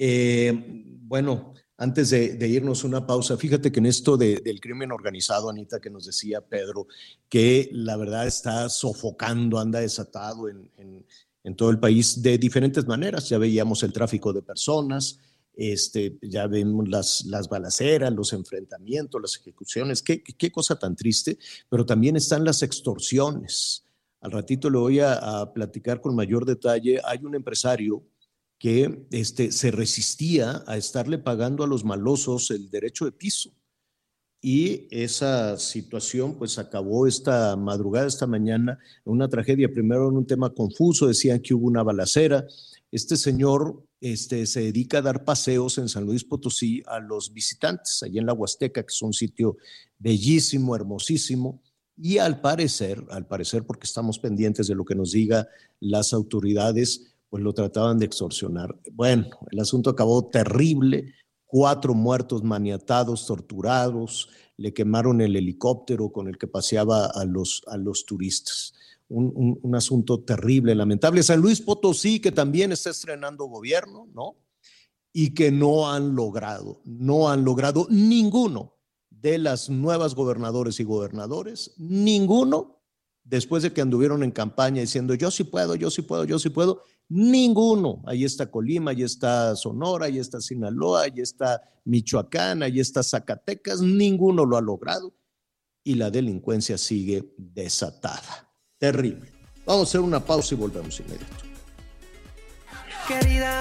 bueno, antes de irnos una pausa, fíjate que en esto del crimen organizado, Anita, que nos decía Pedro, que la verdad está sofocando, anda desatado en todo el país de diferentes maneras. Ya veíamos el tráfico de personas, ya vemos las balaceras, los enfrentamientos, las ejecuciones, qué cosa tan triste, pero también están las extorsiones. Al ratito le voy a platicar con mayor detalle. Hay un empresario que se resistía a estarle pagando a los malosos el derecho de piso. Y esa situación pues acabó esta madrugada, esta mañana, en una tragedia. Primero en un tema confuso, decían que hubo una balacera. Este señor se dedica a dar paseos en San Luis Potosí a los visitantes, allí en la Huasteca, que es un sitio bellísimo, hermosísimo. Y al parecer, porque estamos pendientes de lo que nos diga las autoridades, pues lo trataban de extorsionar. Bueno, el asunto acabó terrible, 4 muertos maniatados, torturados, le quemaron el helicóptero con el que paseaba a los turistas. Un asunto terrible, lamentable. San Luis Potosí, que también está estrenando gobierno, ¿no? Y que no han logrado ninguno de las nuevas gobernadores y gobernadores, ninguno, después de que anduvieron en campaña diciendo yo sí puedo, ninguno. Ahí está Colima, ahí está Sonora, ahí está Sinaloa, ahí está Michoacán, ahí está Zacatecas, ninguno lo ha logrado y la delincuencia sigue desatada. Terrible. Vamos a hacer una pausa y volvemos inmediato. Querida,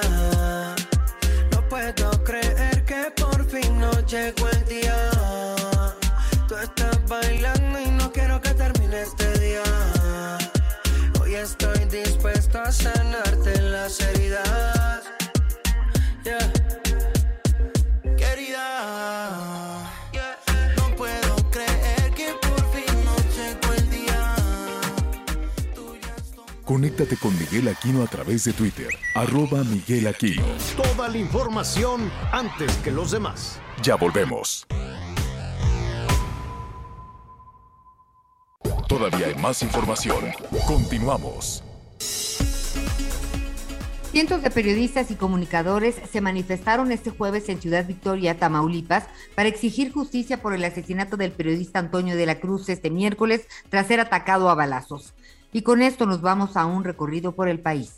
no puedo creer que por fin nos llegó el día. Tú estás bailando y no quiero que termine este día. Hoy estoy dispuesto a sanarte las heridas. Yeah. Querida, no puedo creer que por fin nos llegó el día. Conéctate con Miguel Aquino a través de Twitter, @MiguelAquino. Toda la información antes que los demás. Ya volvemos. Todavía hay más información. Continuamos. Cientos de periodistas y comunicadores se manifestaron este jueves en Ciudad Victoria, Tamaulipas, para exigir justicia por el asesinato del periodista Antonio de la Cruz este miércoles tras ser atacado a balazos. Y con esto nos vamos a un recorrido por el país.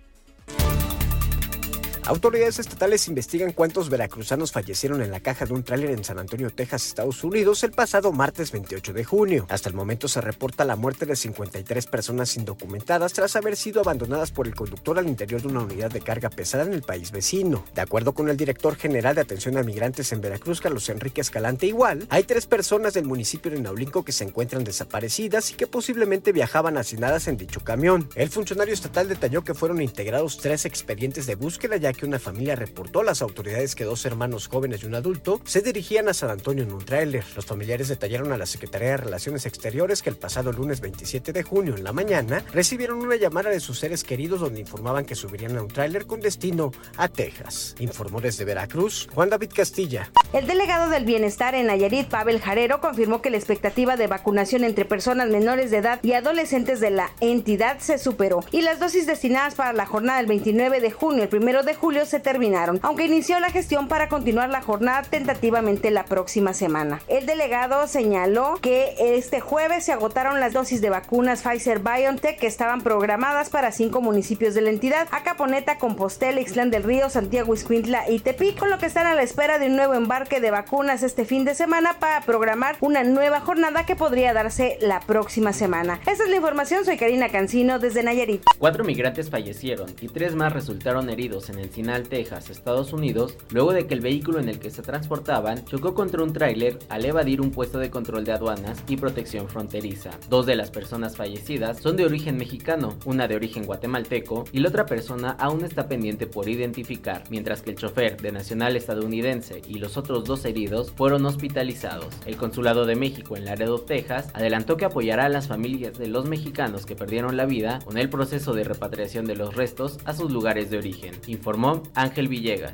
Autoridades estatales investigan cuántos veracruzanos fallecieron en la caja de un tráiler en San Antonio, Texas, Estados Unidos, el pasado martes 28 de junio. Hasta el momento se reporta la muerte de 53 personas indocumentadas tras haber sido abandonadas por el conductor al interior de una unidad de carga pesada en el país vecino. De acuerdo con el director general de atención a migrantes en Veracruz, Carlos Enrique Escalante, igual, hay 3 personas del municipio de Naulinco que se encuentran desaparecidas y que posiblemente viajaban hacinadas en dicho camión. El funcionario estatal detalló que fueron integrados 3 expedientes de búsqueda, ya que una familia reportó a las autoridades que 2 hermanos jóvenes y un adulto se dirigían a San Antonio en un tráiler. Los familiares detallaron a la Secretaría de Relaciones Exteriores que el pasado lunes 27 de junio en la mañana recibieron una llamada de sus seres queridos donde informaban que subirían a un tráiler con destino a Texas. Informó desde Veracruz, Juan David Castilla. El delegado del Bienestar en Nayarit, Pavel Jarero, confirmó que la expectativa de vacunación entre personas menores de edad y adolescentes de la entidad se superó y las dosis destinadas para la jornada del 29 de junio y el 1 de julio se terminaron, aunque inició la gestión para continuar la jornada tentativamente la próxima semana. El delegado señaló que este jueves se agotaron las dosis de vacunas Pfizer-BioNTech que estaban programadas para 5 municipios de la entidad: Acaponeta, Compostela, Ixtlán del Río, Santiago Ixcuintla y Tepic, con lo que están a la espera de un nuevo embarque de vacunas este fin de semana para programar una nueva jornada que podría darse la próxima semana. Esta es la información, soy Karina Cancino desde Nayarit. 4 migrantes fallecieron y 3 más resultaron heridos en Encinar, Texas, Estados Unidos, luego de que el vehículo en el que se transportaban chocó contra un tráiler al evadir un puesto de control de aduanas y protección fronteriza. 2 de las personas fallecidas son de origen mexicano, una de origen guatemalteco y la otra persona aún está pendiente por identificar, mientras que el chofer de nacional estadounidense y los otros 2 heridos fueron hospitalizados. El Consulado de México en Laredo, Texas, adelantó que apoyará a las familias de los mexicanos que perdieron la vida con el proceso de repatriación de los restos a sus lugares de origen, informó Ángel Villegas.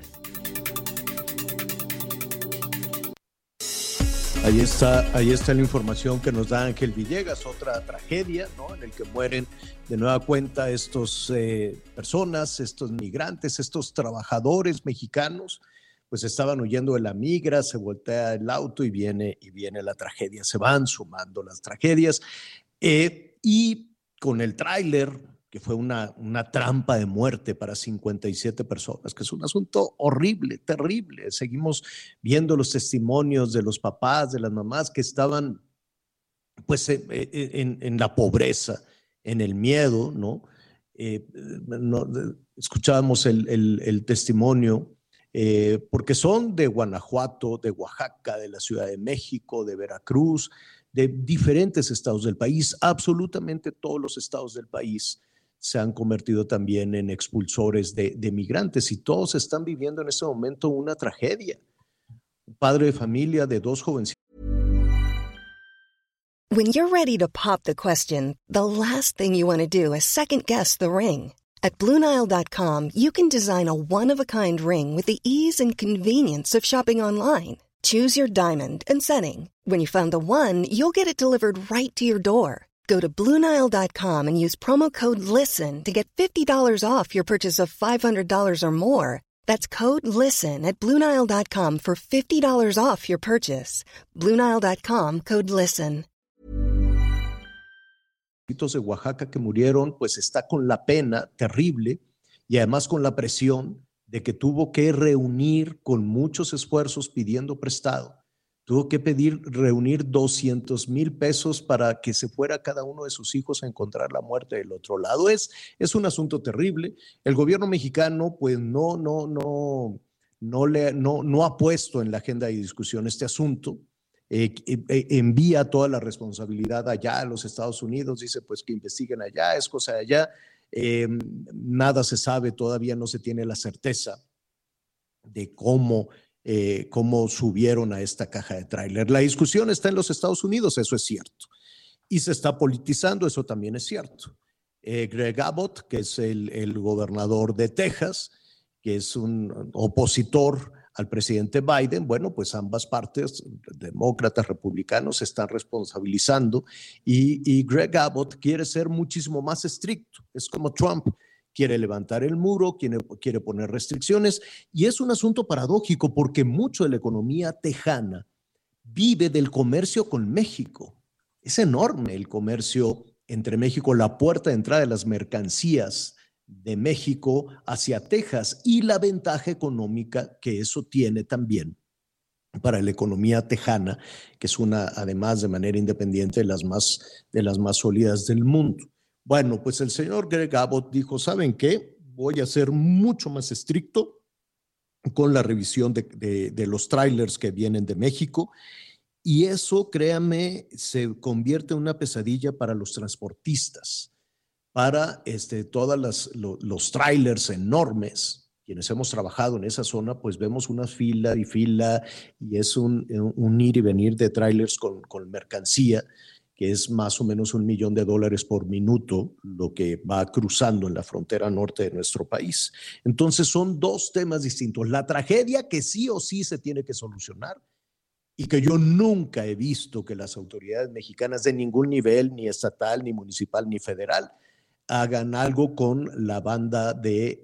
Ahí está la información que nos da Ángel Villegas, otra tragedia, ¿no? En el que mueren de nueva cuenta estos personas, estos migrantes, estos trabajadores mexicanos, pues estaban huyendo de la migra, se voltea el auto y viene la tragedia, se van sumando las tragedias, y con el tráiler, que fue una trampa de muerte para 57 personas, que es un asunto horrible, terrible. Seguimos viendo los testimonios de los papás, de las mamás que estaban pues en la pobreza, en el miedo, ¿no? Escuchábamos el testimonio, porque son de Guanajuato, de Oaxaca, de la Ciudad de México, de Veracruz, de diferentes estados del país. Absolutamente todos los estados del país se han convertido también en expulsores de migrantes y todos están viviendo en este momento una tragedia. Un padre de familia de 2 jovencitos. When you're ready to pop the question, the last thing you want to do is second-guess the ring. At BlueNile.com, you can design a one-of-a-kind ring with the ease and convenience of shopping online. Choose your diamond and setting. When you find the one, you'll get it delivered right to your door. Go to BlueNile.com and use promo code LISTEN to get $50 off your purchase of $500 or more. That's code LISTEN at BlueNile.com for $50 off your purchase. BlueNile.com, code LISTEN. De Oaxaca que murieron, pues está con la pena terrible y además con la presión de que tuvo que reunir con muchos esfuerzos pidiendo prestado. Tuvo que reunir 200,000 pesos para que se fuera cada uno de sus hijos a encontrar la muerte del otro lado. Es un asunto terrible. El gobierno mexicano pues no ha puesto en la agenda de discusión este asunto. Envía toda la responsabilidad allá a los Estados Unidos, dice pues que investiguen allá, es cosa de allá. Nada se sabe, todavía no se tiene la certeza de cómo subieron a esta caja de tráiler. La discusión está en los Estados Unidos, eso es cierto, y se está politizando, eso también es cierto. Greg Abbott, que es el gobernador de Texas, que es un opositor al presidente Biden, bueno, pues ambas partes, demócratas, republicanos, se están responsabilizando y Greg Abbott quiere ser muchísimo más estricto. Es como Trump, quiere levantar el muro, quiere poner restricciones y es un asunto paradójico porque mucho de la economía tejana vive del comercio con México. Es enorme el comercio entre México, la puerta de entrada de las mercancías de México hacia Texas y la ventaja económica que eso tiene también para la economía tejana, que es una, además de manera independiente, de las más sólidas del mundo. Bueno, pues el señor Greg Abbott dijo, ¿saben qué? Voy a ser mucho más estricto con la revisión de los trailers que vienen de México y eso, créanme, se convierte en una pesadilla para los transportistas. Para todos los trailers enormes, quienes hemos trabajado en esa zona, pues vemos una fila y es un ir y venir de trailers con mercancía, que es más o menos $1 millón por minuto, lo que va cruzando en la frontera norte de nuestro país. Entonces son dos temas distintos. La tragedia que sí o sí se tiene que solucionar y que yo nunca he visto que las autoridades mexicanas de ningún nivel, ni estatal, ni municipal, ni federal, hagan algo con la banda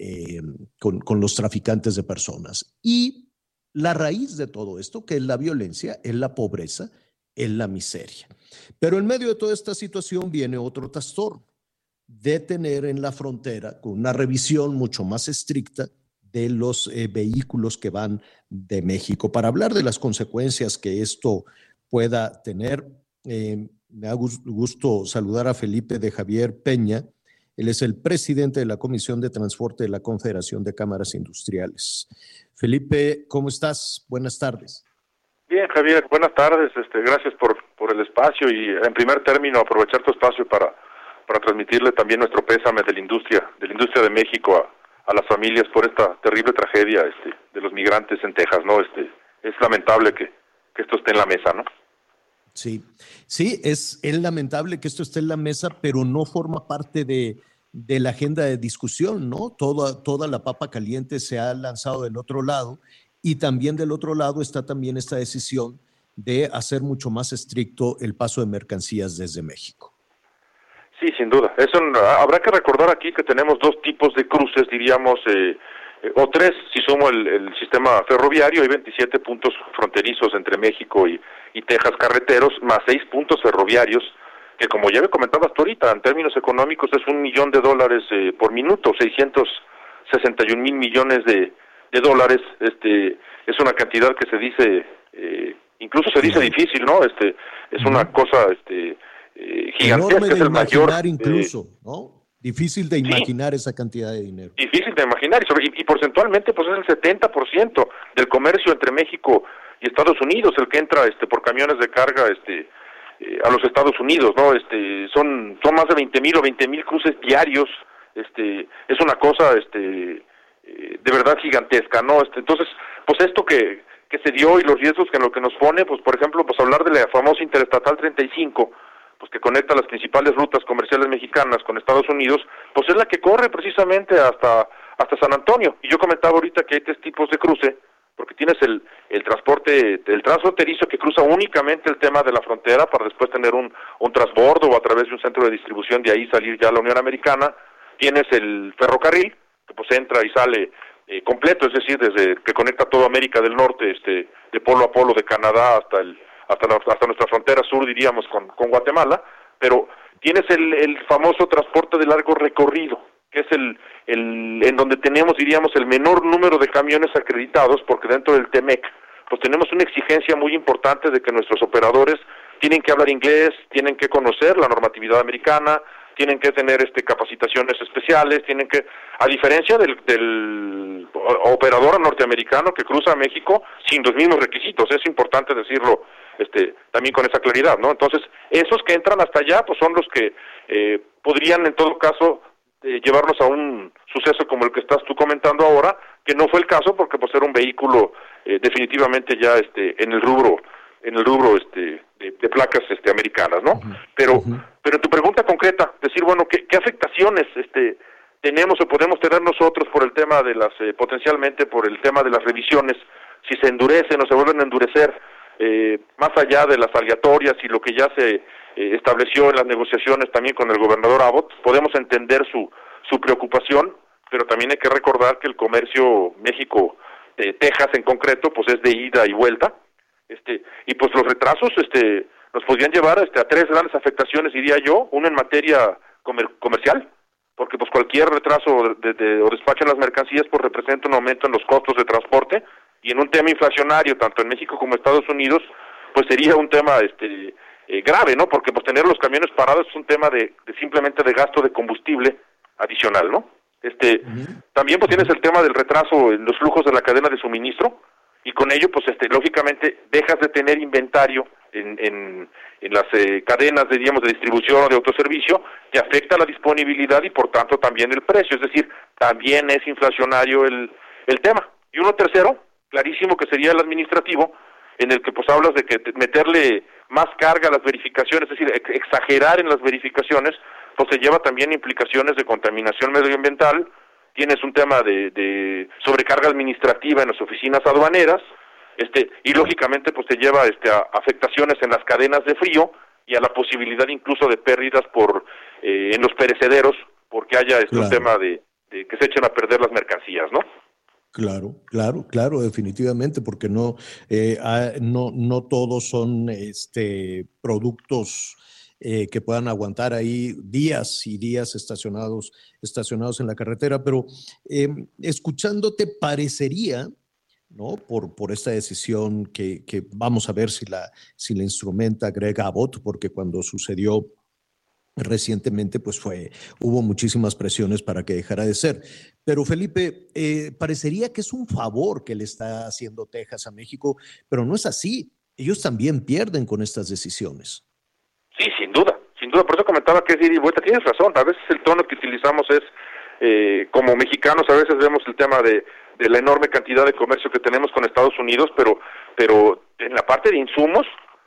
con los traficantes de personas. Y la raíz de todo esto, que es la violencia, es la pobreza, es la miseria. Pero en medio de toda esta situación viene otro trastorno, de tener en la frontera, con una revisión mucho más estricta de los vehículos que van de México. Para hablar de las consecuencias que esto pueda tener, me da gusto saludar a Felipe de Javier Peña. Él es el presidente de la Comisión de Transporte de la Confederación de Cámaras Industriales. Felipe, ¿cómo estás? Buenas tardes. Bien, Javier, buenas tardes. Gracias por el espacio y en primer término aprovechar tu espacio para transmitirle también nuestro pésame de la industria de México a las familias por esta terrible tragedia de los migrantes en Texas, ¿no? Es lamentable que esto esté en la mesa, ¿no? Sí, es lamentable que esto esté en la mesa, pero no forma parte de la agenda de discusión, ¿no? Toda la papa caliente se ha lanzado del otro lado y también del otro lado está también esta decisión de hacer mucho más estricto el paso de mercancías desde México. Sí, sin duda. Habrá que recordar aquí que tenemos dos tipos de cruces, diríamos, o tres, si sumo el sistema ferroviario. Hay 27 puntos fronterizos entre México y Texas carreteros, más 6 puntos ferroviarios, que como ya me comentabas tú ahorita, en términos económicos es $1 millón por minuto, 661 mil millones de dólares. Es una cantidad que se dice, incluso se dice difícil, ¿no? Es una cosa gigantesca, enorme de es el imaginar mayor, incluso, ¿no? Difícil de imaginar esa cantidad de dinero. Difícil de imaginar, y porcentualmente pues es el 70% del comercio entre México y Estados Unidos, el que entra por camiones de carga a los Estados Unidos, ¿no? Son más de 20,000 o 20,000 cruces diarios. Es una cosa de verdad gigantesca, ¿no? Entonces, pues esto que se dio y los riesgos que en lo que nos pone, pues por ejemplo, pues hablar de la famosa Interestatal 35, pues que conecta las principales rutas comerciales mexicanas con Estados Unidos, pues es la que corre precisamente hasta San Antonio. Y yo comentaba ahorita que hay 3 tipos de cruce, porque tienes el transporte, el transfronterizo que cruza únicamente el tema de la frontera para después tener un transbordo o a través de un centro de distribución de ahí salir ya a la Unión Americana. Tienes el ferrocarril, que pues entra y sale completo, es decir, desde que conecta toda América del Norte, de polo a polo de Canadá hasta nuestra frontera sur, diríamos, con Guatemala, pero tienes el famoso transporte de largo recorrido, que es en donde tenemos, diríamos, el menor número de camiones acreditados, porque dentro del TEMEC, pues tenemos una exigencia muy importante de que nuestros operadores tienen que hablar inglés, tienen que conocer la normatividad americana, tienen que tener capacitaciones especiales, tienen que, a diferencia del operador norteamericano que cruza a México sin los mismos requisitos, es importante decirlo también con esa claridad, ¿no? Entonces, esos que entran hasta allá, pues son los que podrían en todo caso llevarnos a un suceso como el que estás tú comentando ahora, que no fue el caso porque pues era un vehículo definitivamente ya en el rubro de placas americanas, ¿no? Pero en tu pregunta concreta, decir, bueno, ¿qué afectaciones tenemos o podemos tener nosotros por el tema de potencialmente por el tema de las revisiones, si se endurecen o se vuelven a endurecer, más allá de las aleatorias y lo que ya se estableció en las negociaciones también con el gobernador Abbott, podemos entender su preocupación, pero también hay que recordar que el comercio México-Texas en concreto, pues es de ida y vuelta, y pues los retrasos nos podrían llevar a 3 grandes afectaciones, diría yo. Una en materia comercial, porque pues cualquier retraso o despacho en las mercancías pues representa un aumento en los costos de transporte, y en un tema inflacionario tanto en México como en Estados Unidos pues sería un tema grave, ¿no? Porque pues tener los camiones parados es un tema simplemente de gasto de combustible adicional, ¿no? También pues tienes el tema del retraso en los flujos de la cadena de suministro, y con ello pues lógicamente dejas de tener inventario en las cadenas de distribución o de autoservicio, que afecta la disponibilidad y por tanto también el precio, es decir, también es inflacionario el tema. Y uno tercero, clarísimo, que sería el administrativo, en el que pues hablas de que meterle más carga a las verificaciones, es decir, exagerar en las verificaciones, pues se lleva también implicaciones de contaminación medioambiental. Tienes un tema de sobrecarga administrativa en las oficinas aduaneras, y lógicamente pues te lleva a afectaciones en las cadenas de frío y a la posibilidad incluso de pérdidas en los perecederos, porque haya un tema de que se echen a perder las mercancías, ¿no? Claro, definitivamente, porque no todos son productos que puedan aguantar ahí días y días estacionados en la carretera, pero escuchándote parecería, ¿no? Por esta decisión que vamos a ver si la instrumenta Greg Abbott, porque cuando sucedió recientemente pues hubo muchísimas presiones para que dejara de ser. Pero Felipe, parecería que es un favor que le está haciendo Texas a México, pero no es así. Ellos también pierden con estas decisiones. Sí, sin duda, por eso comentaba que es ida y vuelta. Tienes razón, a veces el tono que utilizamos es, como mexicanos, a veces vemos el tema de la enorme cantidad de comercio que tenemos con Estados Unidos, pero en la parte de insumos,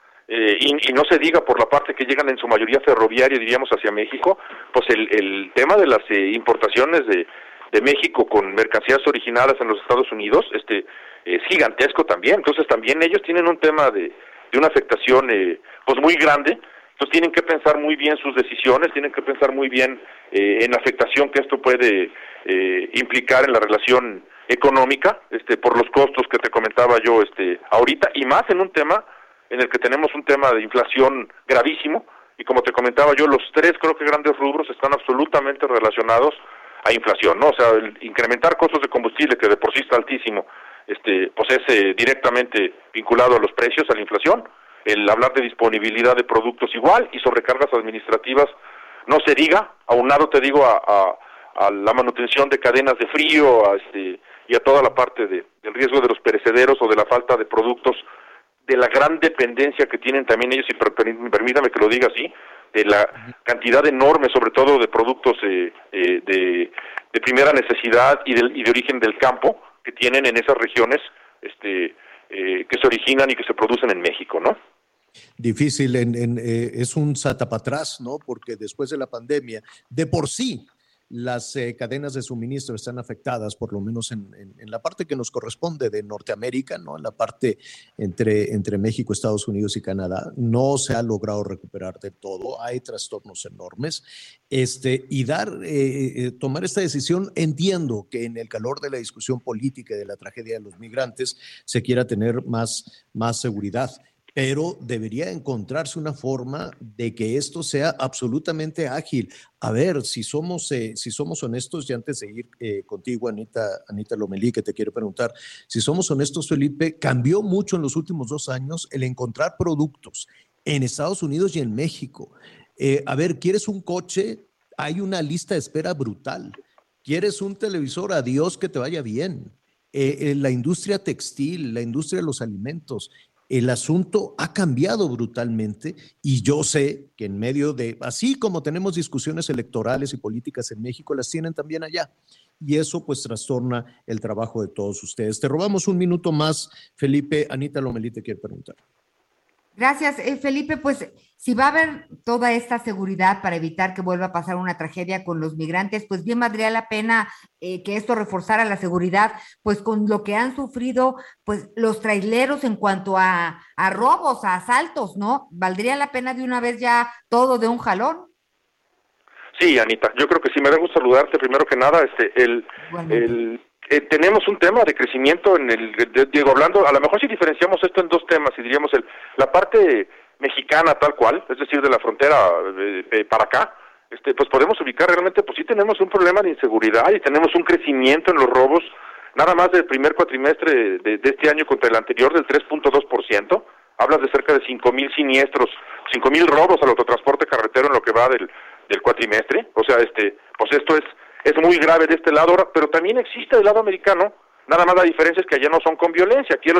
y no se diga por la parte que llegan en su mayoría ferroviaria, diríamos, hacia México, pues el tema de las importaciones de México con mercancías originadas en los Estados Unidos es gigantesco también. Entonces también ellos tienen un tema de una afectación pues muy grande. Entonces tienen que pensar muy bien sus decisiones, tienen que pensar muy bien en la afectación que esto puede implicar en la relación económica, por los costos que te comentaba yo ahorita, y más en un tema en el que tenemos un tema de inflación gravísimo, y como te comentaba yo, los 3 creo que grandes rubros están absolutamente relacionados a inflación, ¿no? O sea, el incrementar costos de combustible, que de por sí está altísimo, pues es directamente vinculado a los precios, a la inflación. El hablar de disponibilidad de productos igual, y sobrecargas administrativas no se diga, aunado te digo a la manutención de cadenas de frío, y a toda la parte del riesgo de los perecederos o de la falta de productos, de la gran dependencia que tienen también ellos, y permítame que lo diga así, de la cantidad enorme, sobre todo de productos de primera necesidad y de origen del campo, que tienen en esas regiones que se originan y que se producen en México, ¿no? Difícil, es un satapatrás, ¿no? Porque después de la pandemia, de por sí, las cadenas de suministro están afectadas, por lo menos en la parte que nos corresponde de Norteamérica, ¿no? En la parte entre México, Estados Unidos y Canadá, no se ha logrado recuperar de todo, hay trastornos enormes, y tomar esta decisión, entiendo que en el calor de la discusión política y de la tragedia de los migrantes se quiera tener más seguridad, pero debería encontrarse una forma de que esto sea absolutamente ágil. A ver, si somos honestos, y antes de ir contigo, Anita Lomelí, que te quiero preguntar, si somos honestos, Felipe, cambió mucho en los últimos 2 años el encontrar productos en Estados Unidos y en México. A ver, ¿quieres un coche? Hay una lista de espera brutal. ¿Quieres un televisor? Adiós, que te vaya bien. La industria textil, la industria de los alimentos, el asunto ha cambiado brutalmente y yo sé que en medio de, así como tenemos discusiones electorales y políticas en México, las tienen también allá. Y eso pues trastorna el trabajo de todos ustedes. Te robamos un minuto más, Felipe. Anita Lomelí te quiere preguntar. Gracias, Felipe. Pues si va a haber toda esta seguridad para evitar que vuelva a pasar una tragedia con los migrantes, pues bien valdría la pena que esto reforzara la seguridad, pues con lo que han sufrido pues los traileros en cuanto a robos, a asaltos, ¿no? ¿Valdría la pena de una vez ya todo de un jalón? Sí, Anita, yo creo que sí. Me da gusto saludarte primero que nada. Tenemos un tema de crecimiento Diego, hablando, a lo mejor si diferenciamos esto en 2 temas y diríamos la parte mexicana tal cual, es decir, de la frontera para acá, pues podemos ubicar realmente, pues sí tenemos un problema de inseguridad y tenemos un crecimiento en los robos, nada más del primer cuatrimestre de este año contra el anterior del 3.2%, hablas de cerca de 5,000 siniestros, 5,000 robos al autotransporte carretero en lo que va del cuatrimestre, o sea, pues esto es muy grave de este lado, pero también existe del lado americano, nada más la diferencia es que allá no son con violencia, aquí el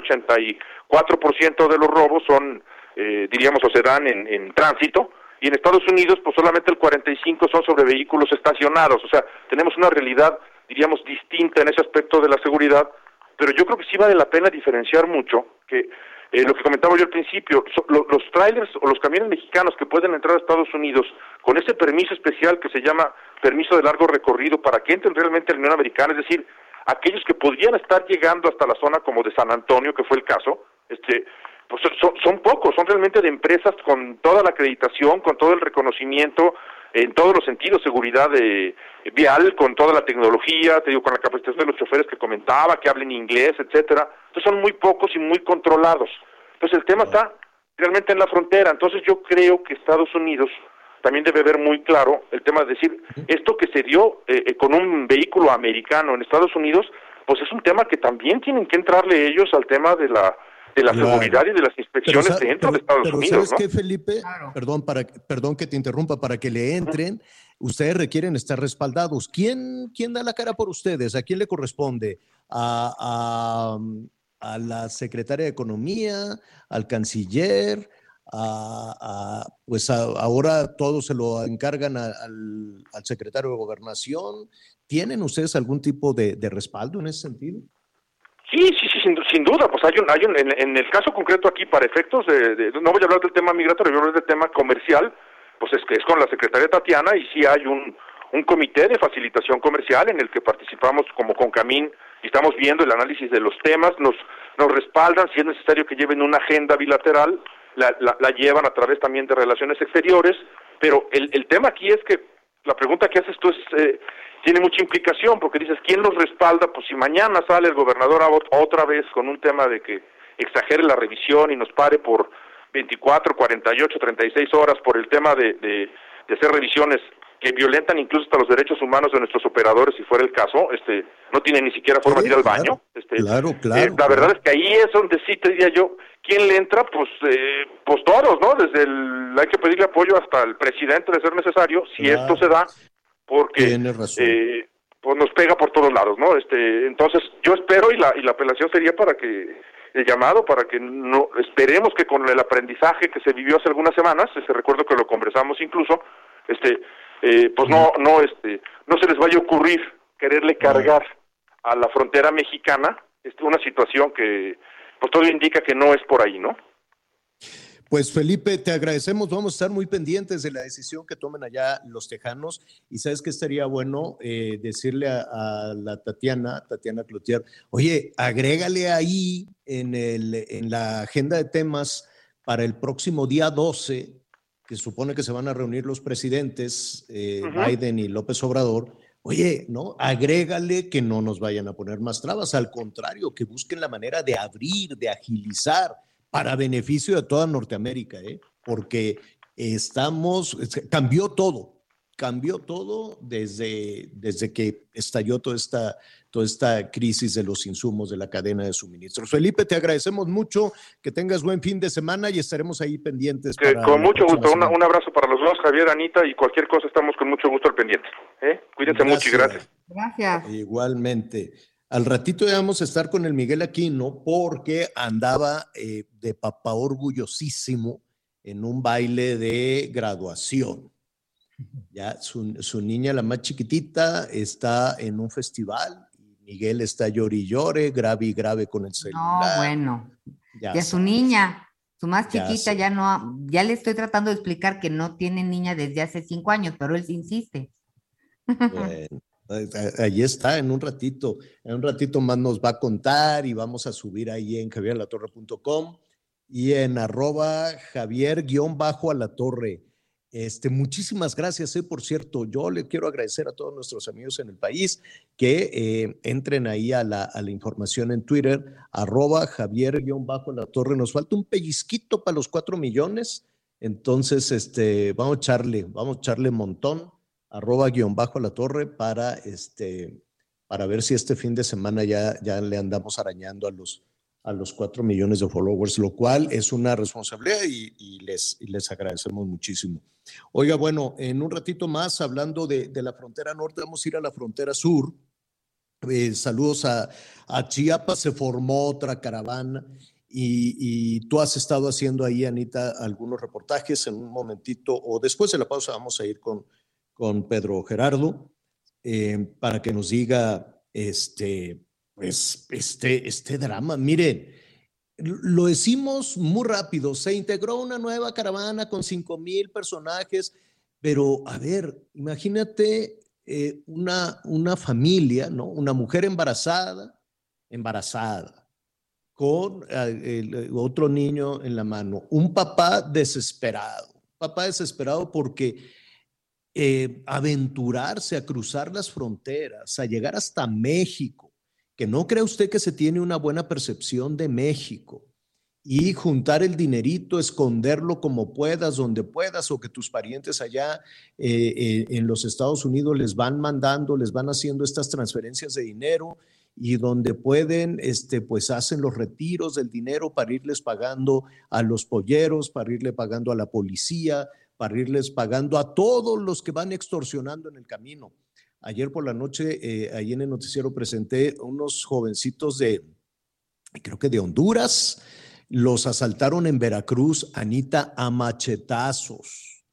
84% de los robos son, diríamos, o se dan en tránsito, y en Estados Unidos pues solamente el 45% son sobre vehículos estacionados, o sea, tenemos una realidad, diríamos, distinta en ese aspecto de la seguridad, pero yo creo que sí vale la pena diferenciar mucho, que lo que comentaba yo al principio, los trailers o los camiones mexicanos que pueden entrar a Estados Unidos con ese permiso especial que se llama permiso de largo recorrido para que entren realmente a la Unión Americana, es decir, aquellos que podrían estar llegando hasta la zona como de San Antonio, que fue el caso, pues son pocos, son realmente de empresas con toda la acreditación, con todo el reconocimiento, en todos los sentidos, seguridad vial, con toda la tecnología, te digo, con la capacitación de los choferes que comentaba, que hablen inglés, etcétera. Entonces son muy pocos y muy controlados. Entonces el tema está realmente en la frontera. Entonces yo creo que Estados Unidos también debe ver muy claro el tema de decir, esto que se dio con un vehículo americano en Estados Unidos, pues es un tema que también tienen que entrarle ellos al tema de la seguridad y de las inspecciones dentro de Estados Unidos. ¿Sabes ¿no? qué, Felipe? Claro. Perdón que te interrumpa, para que le entren, ustedes requieren estar respaldados. ¿Quién da la cara por ustedes? ¿A quién le corresponde? ¿A la secretaria de Economía? ¿Al canciller? Pues ahora todo se lo encargan al secretario de Gobernación. ¿Tienen ustedes algún tipo de respaldo en ese sentido? Sí, sin duda, pues hay un en el caso concreto aquí, para efectos no voy a hablar del tema migratorio, voy a hablar del tema comercial, pues es con la secretaria Tatiana, y sí hay un comité de facilitación comercial en el que participamos como Concamín y estamos viendo el análisis de los temas, nos respaldan, si es necesario que lleven una agenda bilateral, la llevan a través también de relaciones exteriores, pero el tema aquí es que la pregunta que haces tú tiene mucha implicación, porque dices, ¿quién los respalda? Pues si mañana sale el gobernador otra vez con un tema de que exagere la revisión y nos pare por 24, 48, 36 horas por el tema de hacer revisiones que violentan incluso hasta los derechos humanos de nuestros operadores, si fuera el caso, no tienen ni siquiera forma de ir al baño. Claro. La verdad es que ahí es donde sí te diría yo, ¿quién le entra? Pues todos, ¿no? Hay que pedirle apoyo hasta el presidente de ser necesario, si esto se da, porque pues nos pega por todos lados, ¿no? Entonces yo espero, y la apelación sería para que el llamado, para que no esperemos que con el aprendizaje que se vivió hace algunas semanas, recuerdo que lo conversamos incluso, pues no se les vaya a ocurrir quererle cargar a la frontera mexicana una situación que pues todo indica que no es por ahí, ¿no? Pues Felipe, te agradecemos, vamos a estar muy pendientes de la decisión que tomen allá los tejanos y sabes que estaría bueno decirle a la Tatiana Cloutier, oye, agrégale ahí en la agenda de temas para el próximo día 12, que supone que se van a reunir los presidentes Biden y López Obrador. Oye, ¿no? Agrégale que no nos vayan a poner más trabas, al contrario, que busquen la manera de abrir, de agilizar, para beneficio de toda Norteamérica, porque cambió todo desde que estalló toda esta crisis de los insumos de la cadena de suministros. Felipe, te agradecemos mucho, que tengas buen fin de semana y estaremos ahí pendientes. Con mucho gusto, un abrazo para los dos, Javier, Anita, y cualquier cosa estamos con mucho gusto al pendiente. Cuídense mucho y gracias. Gracias. Igualmente. Al ratito ya vamos a estar con el Miguel Aquino porque andaba de papá orgullosísimo en un baile de graduación. Ya su niña, la más chiquitita, está en un festival y Miguel está llore y llore, grave y grave con el celular. No, bueno, ya su niña, su más chiquita, ya le estoy tratando de explicar que no tiene niña desde hace 5 años, pero él insiste. Bueno. Ahí está, en un ratito más nos va a contar y vamos a subir ahí en javieralatorre.com y en @Javier_alatorre. Muchísimas gracias, por cierto, yo le quiero agradecer a todos nuestros amigos en el país que entren ahí a la información en Twitter, @Javier_alatorre. Nos falta un pellizquito para los 4 millones, entonces vamos a echarle montón. @_alatorre para ver si este fin de semana ya le andamos arañando a los 4 millones de followers, lo cual es una responsabilidad y les agradecemos muchísimo. Oiga, bueno, en un ratito más, hablando de la frontera norte, vamos a ir a la frontera sur. Saludos a Chiapas, se formó otra caravana y tú has estado haciendo ahí, Anita, algunos reportajes. En un momentito o después de la pausa vamos a ir con Pedro Gerardo para que nos diga este drama. Miren, lo decimos muy rápido, se integró una nueva caravana con 5,000 personajes, pero a ver, imagínate una familia, ¿no? Una mujer embarazada, con otro niño en la mano, un papá desesperado porque aventurarse a cruzar las fronteras, a llegar hasta México, que no crea usted que se tiene una buena percepción de México, y juntar el dinerito, esconderlo como puedas, donde puedas, o que tus parientes allá en los Estados Unidos les van mandando, les van haciendo estas transferencias de dinero, y donde pueden, pues hacen los retiros del dinero para irles pagando a los polleros, para irle pagando a la policía, para irles pagando a todos los que van extorsionando en el camino. Ayer por la noche, ahí en el noticiero presenté unos jovencitos creo que de Honduras, los asaltaron en Veracruz, Anita, a machetazos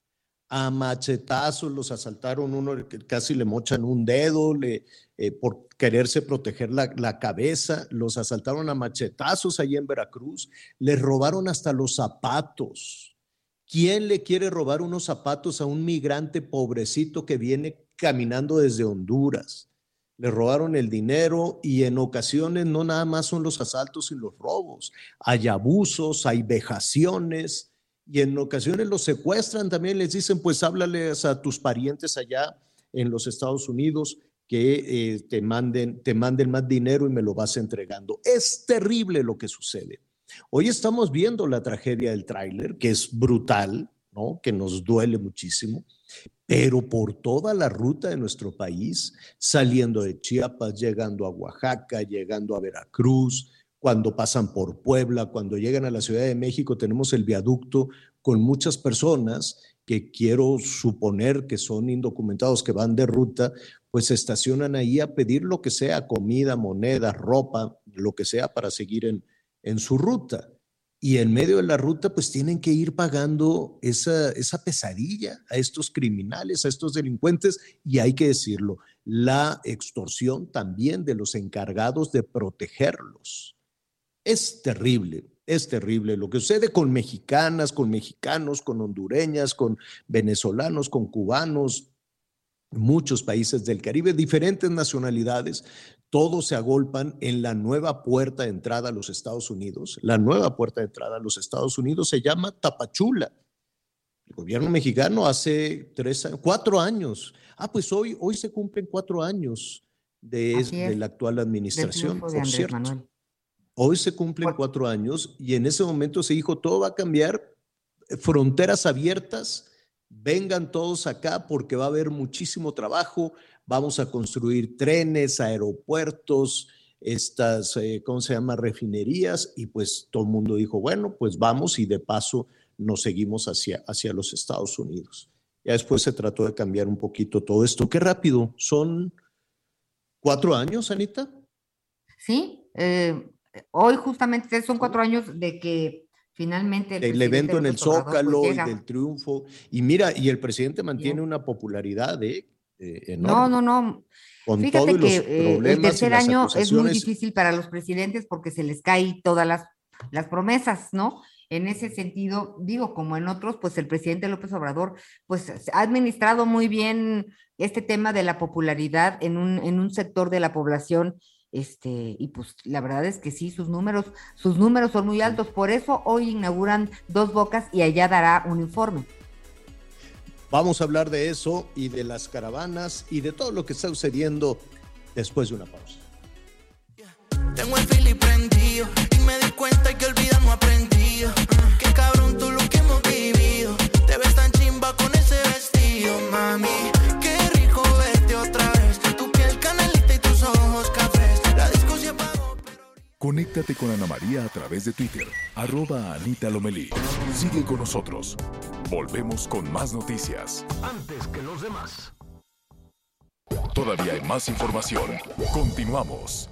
los asaltaron, uno que casi le mochan un dedo por quererse proteger la cabeza, los asaltaron a machetazos allí en Veracruz, les robaron hasta los zapatos. ¿Quién le quiere robar unos zapatos a un migrante pobrecito que viene caminando desde Honduras? Le robaron el dinero y en ocasiones no nada más son los asaltos y los robos. Hay abusos, hay vejaciones y en ocasiones los secuestran también. Les dicen, pues háblales a tus parientes allá en los Estados Unidos que te manden más dinero y me lo vas entregando. Es terrible lo que sucede. Hoy estamos viendo la tragedia del tráiler, que es brutal, ¿no? Que nos duele muchísimo, pero por toda la ruta de nuestro país, saliendo de Chiapas, llegando a Oaxaca, llegando a Veracruz, cuando pasan por Puebla, cuando llegan a la Ciudad de México, tenemos el viaducto con muchas personas que quiero suponer que son indocumentados, que van de ruta, pues se estacionan ahí a pedir lo que sea, comida, moneda, ropa, lo que sea para seguir en su ruta. Y en medio de la ruta pues tienen que ir pagando esa pesadilla a estos criminales, a estos delincuentes, y hay que decirlo, la extorsión también de los encargados de protegerlos. Es terrible Es terrible lo que sucede con mexicanas, con mexicanos, con hondureñas, con venezolanos, con cubanos, muchos países del Caribe, diferentes nacionalidades, todos se agolpan en la nueva puerta de entrada a los Estados Unidos. La nueva puerta de entrada a los Estados Unidos se llama Tapachula. El gobierno mexicano hace 4 años. Pues hoy se cumplen 4 años de la actual administración, por cierto. Manuel. Hoy se cumplen 4 años y en ese momento se dijo, todo va a cambiar, fronteras abiertas, vengan todos acá porque va a haber muchísimo trabajo, vamos a construir trenes, aeropuertos, refinerías, y pues todo el mundo dijo, bueno, pues vamos y de paso nos seguimos hacia los Estados Unidos. Ya después se trató de cambiar un poquito todo esto. Qué rápido, son 4 años, Anita. Sí, hoy justamente son 4 años de que finalmente el evento en el Zócalo y del triunfo. Y mira, y el presidente mantiene una popularidad enorme. No. Fíjate que el tercer año es muy difícil para los presidentes porque se les caen todas las promesas, ¿no? En ese sentido, digo, como en otros, pues el presidente López Obrador pues ha administrado muy bien este tema de la popularidad en un sector de la población. Y pues la verdad es que sí, sus números son muy altos, por eso hoy inauguran Dos Bocas y allá dará un informe. Vamos a hablar de eso y de las caravanas y de todo lo que está sucediendo después de una pausa. Tengo el fili prendido y me di cuenta que olvidar no aprendido. Qué cabrón tú lo que hemos vivido. Te ves tan chimba con ese vestido, mami. Qué rico verte otra vez. Tu piel canelita y tus ojos cafés. Conéctate con Ana María a través de Twitter, @AnitaLomelí. Sigue con nosotros. Volvemos con más noticias. Antes que los demás. Todavía hay más información. Continuamos.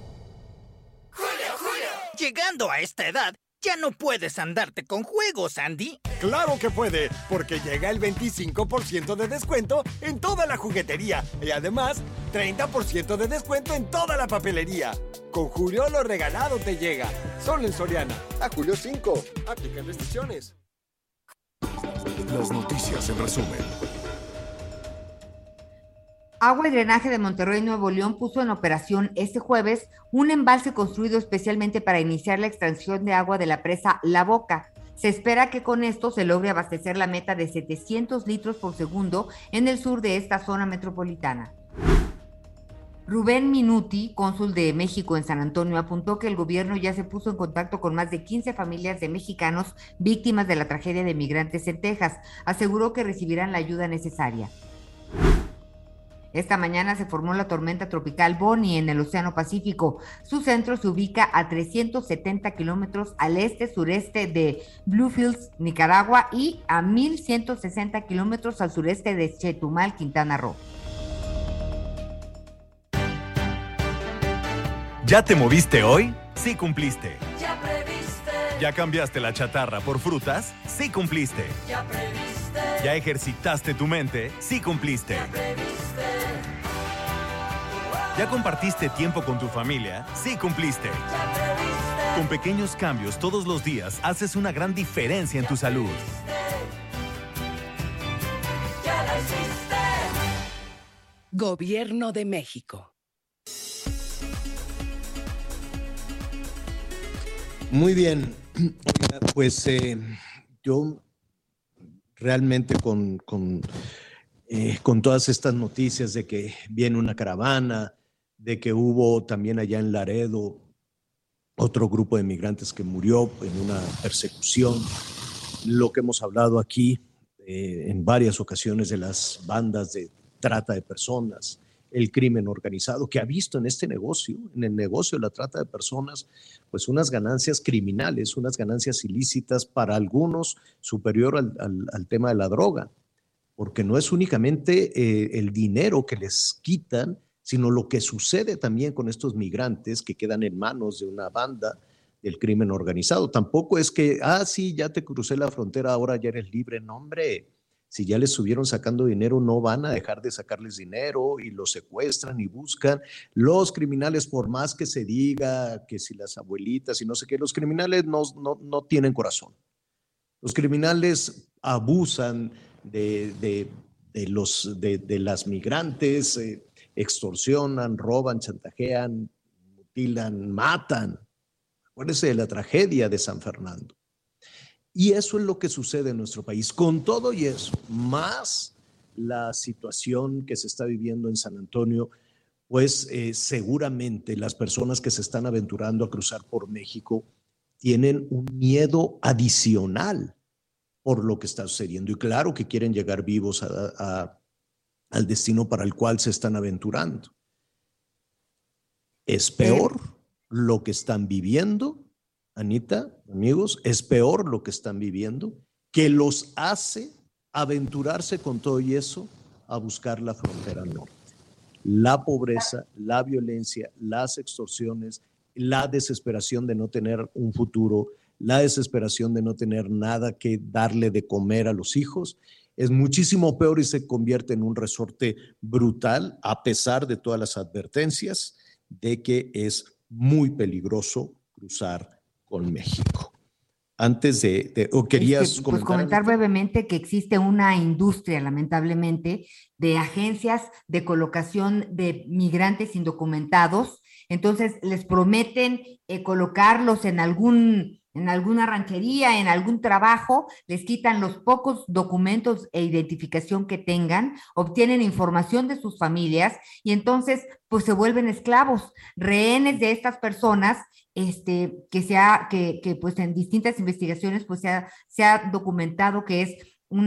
Llegando a esta edad, ya no puedes andarte con juegos, Andy. Claro que puede, porque llega el 25% de descuento en toda la juguetería y además 30% de descuento en toda la papelería. Con Julio lo regalado te llega. Solo en Soriana. A julio 5. Aplican restricciones. Las noticias en resumen. Agua y Drenaje de Monterrey, Nuevo León, puso en operación este jueves un embalse construido especialmente para iniciar la extracción de agua de la presa La Boca. Se espera que con esto se logre abastecer la meta de 700 litros por segundo en el sur de esta zona metropolitana. Rubén Minuti, cónsul de México en San Antonio, apuntó que el gobierno ya se puso en contacto con más de 15 familias de mexicanos víctimas de la tragedia de migrantes en Texas. Aseguró que recibirán la ayuda necesaria. Esta mañana se formó la tormenta tropical Bonnie en el Océano Pacífico. Su centro se ubica a 370 kilómetros al este-sureste de Bluefields, Nicaragua, y a 1,160 kilómetros al sureste de Chetumal, Quintana Roo. ¿Ya te moviste hoy? Sí cumpliste. Ya previste. ¿Ya cambiaste la chatarra por frutas? Sí cumpliste. Ya previste. ¿Ya ejercitaste tu mente? Sí cumpliste. Ya previste. ¿Ya compartiste tiempo con tu familia? Sí cumpliste. Ya previste. Con pequeños cambios todos los días haces una gran diferencia en tu salud. Ya la hiciste. Gobierno de México. Muy bien, pues yo realmente con todas estas noticias de que viene una caravana, de que hubo también allá en Laredo otro grupo de migrantes que murió en una persecución, lo que hemos hablado aquí en varias ocasiones de las bandas de trata de personas, el crimen organizado, que ha visto en este negocio, en el negocio de la trata de personas, pues unas ganancias criminales, unas ganancias ilícitas para algunos superior al tema de la droga, porque no es únicamente el dinero que les quitan, sino lo que sucede también con estos migrantes que quedan en manos de una banda del crimen organizado. Tampoco es que, sí, ya te crucé la frontera, ahora ya eres libre. No, hombre, Si ya les estuvieron sacando dinero, no van a dejar de sacarles dinero y los secuestran y buscan. Los criminales, por más que se diga que si las abuelitas y no sé qué, los criminales no tienen corazón. Los criminales abusan de las migrantes, extorsionan, roban, chantajean, mutilan, matan. Acuérdense de la tragedia de San Fernando. Y eso es lo que sucede en nuestro país. Con todo y eso, más la situación que se está viviendo en San Antonio, pues seguramente las personas que se están aventurando a cruzar por México tienen un miedo adicional por lo que está sucediendo. Y claro que quieren llegar vivos al destino para el cual se están aventurando. Es peor lo que están viviendo, Anita, amigos, es peor lo que están viviendo, que los hace aventurarse con todo y eso a buscar la frontera norte. La pobreza, la violencia, las extorsiones, la desesperación de no tener un futuro, la desesperación de no tener nada que darle de comer a los hijos, es muchísimo peor y se convierte en un resorte brutal, a pesar de todas las advertencias de que es muy peligroso cruzar con México. Antes ¿o querías pues comentar brevemente que existe una industria, lamentablemente, de agencias de colocación de migrantes indocumentados. Entonces les prometen colocarlos en alguna ranchería, en algún trabajo, les quitan los pocos documentos e identificación que tengan, obtienen información de sus familias y entonces pues se vuelven esclavos, rehenes de estas personas, que pues en distintas investigaciones pues se ha documentado que es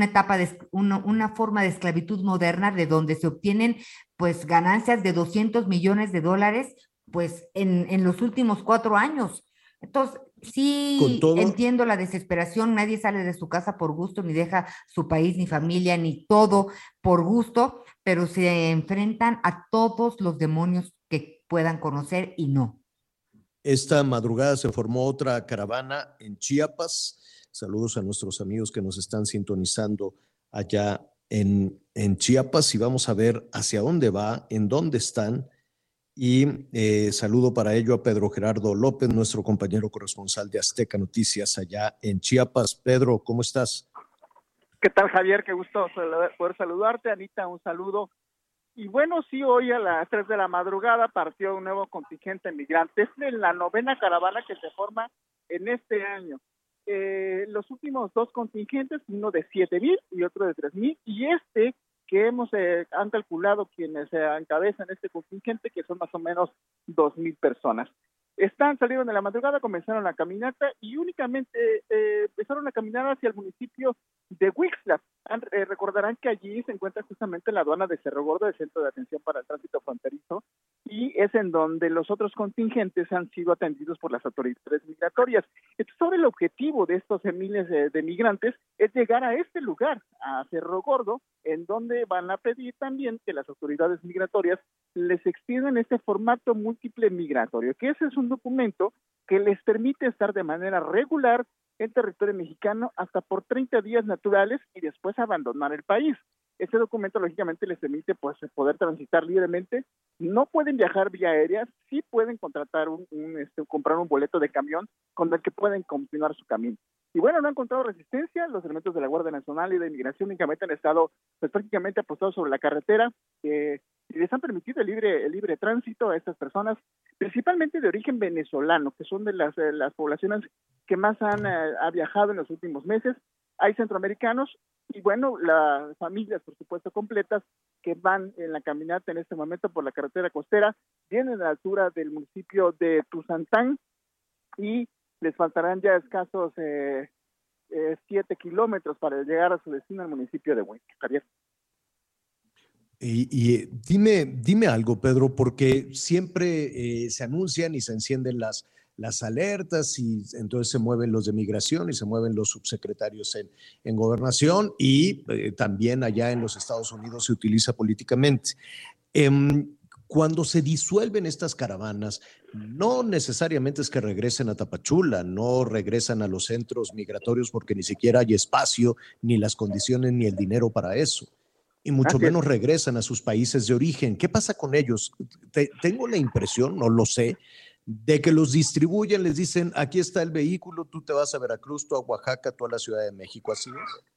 una forma de esclavitud moderna de donde se obtienen pues ganancias de $200 millones pues en los últimos 4 años. Entonces, sí entiendo la desesperación, nadie sale de su casa por gusto, ni deja su país, ni familia, ni todo por gusto, pero se enfrentan a todos los demonios que puedan conocer y no. Esta madrugada se formó otra caravana en Chiapas. Saludos a nuestros amigos que nos están sintonizando allá en Chiapas y vamos a ver hacia dónde va, en dónde están. Y saludo para ello a Pedro Gerardo López, nuestro compañero corresponsal de Azteca Noticias allá en Chiapas. Pedro, ¿cómo estás? ¿Qué tal, Javier? Qué gusto poder saludarte. Anita, un saludo. Y bueno, sí, hoy a las 3 de la madrugada partió un nuevo contingente de migrantes de la 9ª caravana que se forma en este año. Los últimos 2 contingentes, uno de 7,000 y otro de 3,000, y que han calculado quienes encabezan este contingente, que son más o menos 2,000 personas. Salieron de la madrugada, comenzaron la caminata y únicamente empezaron a caminar hacia el municipio de Huixla. Recordarán que allí se encuentra justamente la aduana de Cerro Gordo, el centro de atención para el tránsito fronterizo, y es en donde los otros contingentes han sido atendidos por las autoridades migratorias. Entonces, el objetivo de estos miles de migrantes es llegar a este lugar, a Cerro Gordo, en donde van a pedir también que las autoridades migratorias les extiendan este formato múltiple migratorio, que ese es un documento que les permite estar de manera regular en territorio mexicano hasta por 30 días naturales y después abandonar el país. Este documento lógicamente les permite pues poder transitar libremente. No pueden viajar vía aérea, sí pueden contratar comprar un boleto de camión con el que pueden continuar su camino. Y bueno, no han encontrado resistencia. Los elementos de la Guardia Nacional y de Inmigración únicamente han estado pues prácticamente apostados sobre la carretera y les han permitido el libre tránsito a estas personas, principalmente de origen venezolano, que son de las poblaciones que más ha viajado en los últimos meses. Hay centroamericanos y bueno, las familias, por supuesto, completas que van en la caminata en este momento por la carretera costera, vienen a la altura del municipio de Tuzantán y les faltarán ya escasos 7 kilómetros para llegar a su destino al municipio de Huixla. Javier. Y dime algo, Pedro, porque siempre se anuncian y se encienden las alertas y entonces se mueven los de migración y se mueven los subsecretarios en gobernación y también allá en los Estados Unidos se utiliza políticamente. Cuando se disuelven estas caravanas, no necesariamente es que regresen a Tapachula, no regresan a los centros migratorios porque ni siquiera hay espacio, ni las condiciones, ni el dinero para eso. Y mucho menos regresan a sus países de origen. ¿Qué pasa con ellos? Tengo la impresión, no lo sé, de que los distribuyen, les dicen, aquí está el vehículo, tú te vas a Veracruz, tú a Oaxaca, tú a la Ciudad de México, ¿así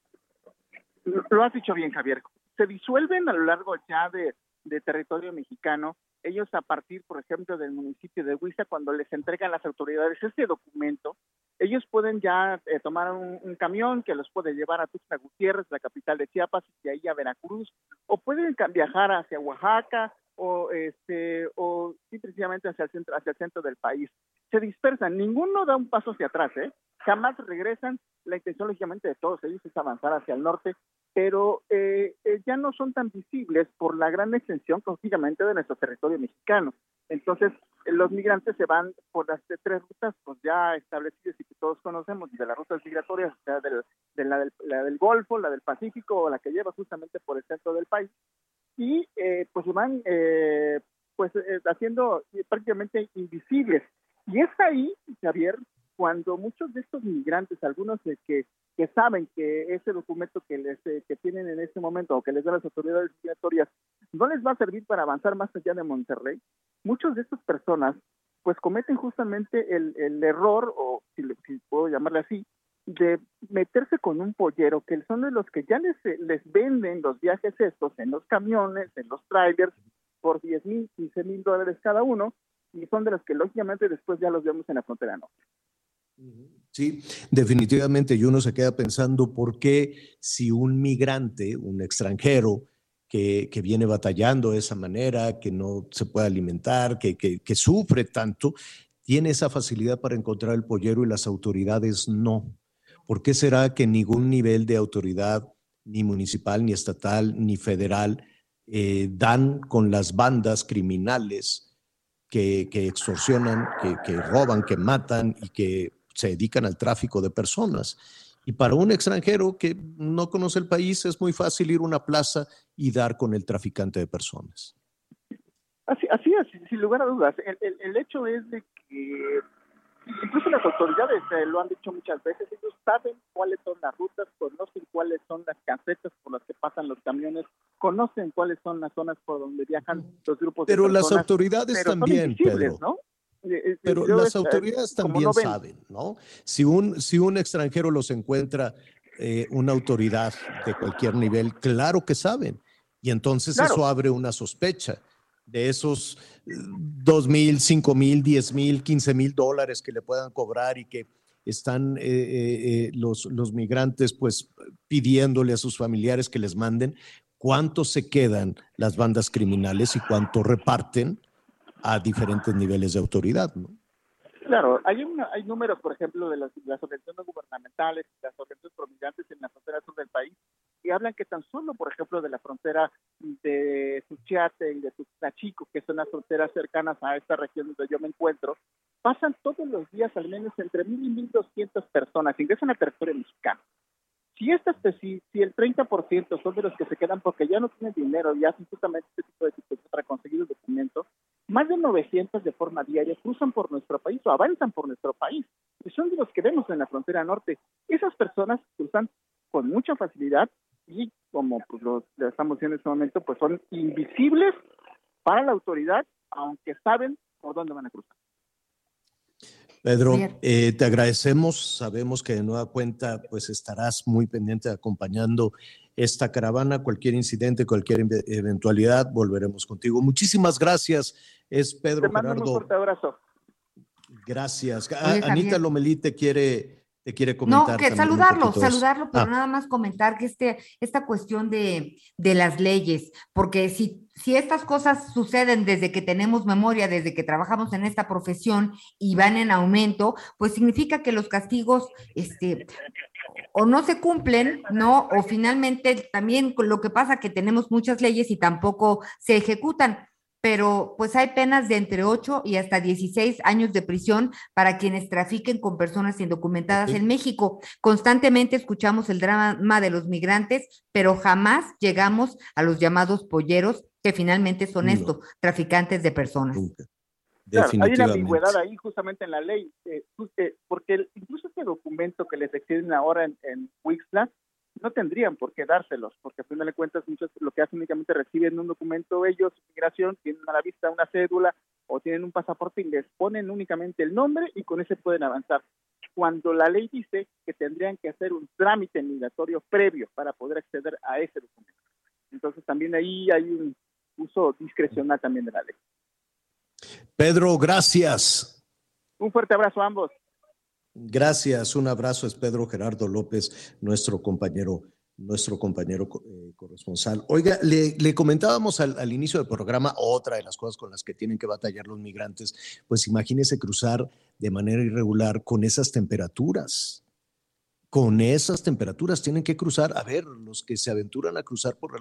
es? Lo has dicho bien, Javier. Se disuelven a lo largo ya de territorio mexicano. Ellos a partir, por ejemplo, del municipio de Huiza, cuando les entregan las autoridades este documento, ellos pueden ya tomar un camión que los puede llevar a Tuxtla Gutiérrez, la capital de Chiapas, y de ahí a Veracruz, o pueden viajar hacia Oaxaca, o precisamente hacia el centro del país. Se dispersan, ninguno da un paso hacia atrás, jamás regresan. La intención, lógicamente, de todos ellos es avanzar hacia el norte, pero ya no son tan visibles por la gran extensión, lógicamente, de nuestro territorio mexicano. Entonces, los migrantes se van por las tres rutas pues ya establecidas y que todos conocemos, de las rutas migratorias, o sea, la del Golfo, la del Pacífico, o la que lleva justamente por el centro del país, y pues se van haciendo prácticamente invisibles. Y es ahí, Javier, cuando muchos de estos migrantes, algunos de que saben que ese documento que tienen en este momento o que les dan las autoridades migratorias no les va a servir para avanzar más allá de Monterrey, muchas de estas personas pues cometen justamente el error, o si puedo llamarle así, de meterse con un pollero, que son de los que ya les venden los viajes estos en los camiones, en los trailers, por $10,000, $15,000 cada uno, y son de los que lógicamente después ya los vemos en la frontera norte. Sí, definitivamente, y uno se queda pensando por qué si un migrante, un extranjero que viene batallando de esa manera, que no se puede alimentar, que sufre tanto, tiene esa facilidad para encontrar el pollero y las autoridades no. ¿Por qué será que ningún nivel de autoridad, ni municipal, ni estatal, ni federal, dan con las bandas criminales que extorsionan, que roban, que matan y que se dedican al tráfico de personas? Y para un extranjero que no conoce el país es muy fácil ir a una plaza y dar con el traficante de personas. Así es, sin lugar a dudas. El hecho es de que incluso las autoridades lo han dicho muchas veces, ellos saben cuáles son las rutas, conocen cuáles son las casetas por las que pasan los camiones, conocen cuáles son las zonas por donde viajan los grupos de personas. Pero las autoridades también, Pedro. ¿No? Pero las autoridades también saben, ¿no? Si un extranjero los encuentra, una autoridad de cualquier nivel, claro que saben. Y entonces eso abre una sospecha de esos $2,000, $5,000, $10,000, $15,000 que le puedan cobrar y que están los migrantes pues pidiéndole a sus familiares que les manden. ¿Cuánto se quedan las bandas criminales y cuánto reparten a diferentes niveles de autoridad, ¿no? Claro, hay números, por ejemplo, de las organizaciones gubernamentales, las organizaciones promigrantes en la frontera sur del país, y hablan que tan solo, por ejemplo, de la frontera de Suchiate y de Tuxtlachico, que son las fronteras cercanas a esta región donde yo me encuentro, pasan todos los días al menos entre 1,000 y 1,200 personas, ingresan al territorio mexicano. Si el 30% son de los que se quedan porque ya no tienen dinero y hacen justamente este tipo de situaciones para conseguir el documento, más de 900 de forma diaria cruzan por nuestro país o avanzan por nuestro país, y son de los que vemos en la frontera norte. Esas personas cruzan con mucha facilidad y, como pues lo estamos viendo en este momento, pues son invisibles para la autoridad, aunque saben por dónde van a cruzar. Pedro, te agradecemos, sabemos que de nueva cuenta pues estarás muy pendiente acompañando esta caravana, cualquier incidente, cualquier eventualidad, volveremos contigo. Muchísimas gracias, es Pedro Gerardo. Te mando un fuerte abrazo. Gracias. Anita Lomelí te quiere comentar. No, que saludarlo, pero nada más comentar que esta cuestión de las leyes, porque si estas cosas suceden desde que tenemos memoria, desde que trabajamos en esta profesión y van en aumento, pues significa que los castigos o no se cumplen, ¿no? O finalmente también lo que pasa que tenemos muchas leyes y tampoco se ejecutan. Pero pues hay penas de entre 8 y hasta 16 años de prisión para quienes trafiquen con personas indocumentadas en México. Constantemente escuchamos el drama de los migrantes, pero jamás llegamos a los llamados polleros que finalmente son esto, traficantes de personas. Claro, hay una ambigüedad ahí justamente en la ley, porque incluso este documento que les extienden ahora en Wixla, no tendrían por qué dárselos, porque al final de cuentas muchos lo que hacen únicamente reciben un documento ellos, migración, tienen a la vista una cédula o tienen un pasaporte y les ponen únicamente el nombre y con ese pueden avanzar. Cuando la ley dice que tendrían que hacer un trámite migratorio previo para poder acceder a ese documento. Entonces también ahí hay un uso discrecional también de la ley. Pedro, gracias. Un fuerte abrazo a ambos. Gracias, un abrazo. Es Pedro Gerardo López, nuestro compañero corresponsal. Oiga, le comentábamos al inicio del programa otra de las cosas con las que tienen que batallar los migrantes. Pues imagínese cruzar de manera irregular con esas temperaturas. Con esas temperaturas tienen que cruzar. A ver, los que se aventuran a cruzar por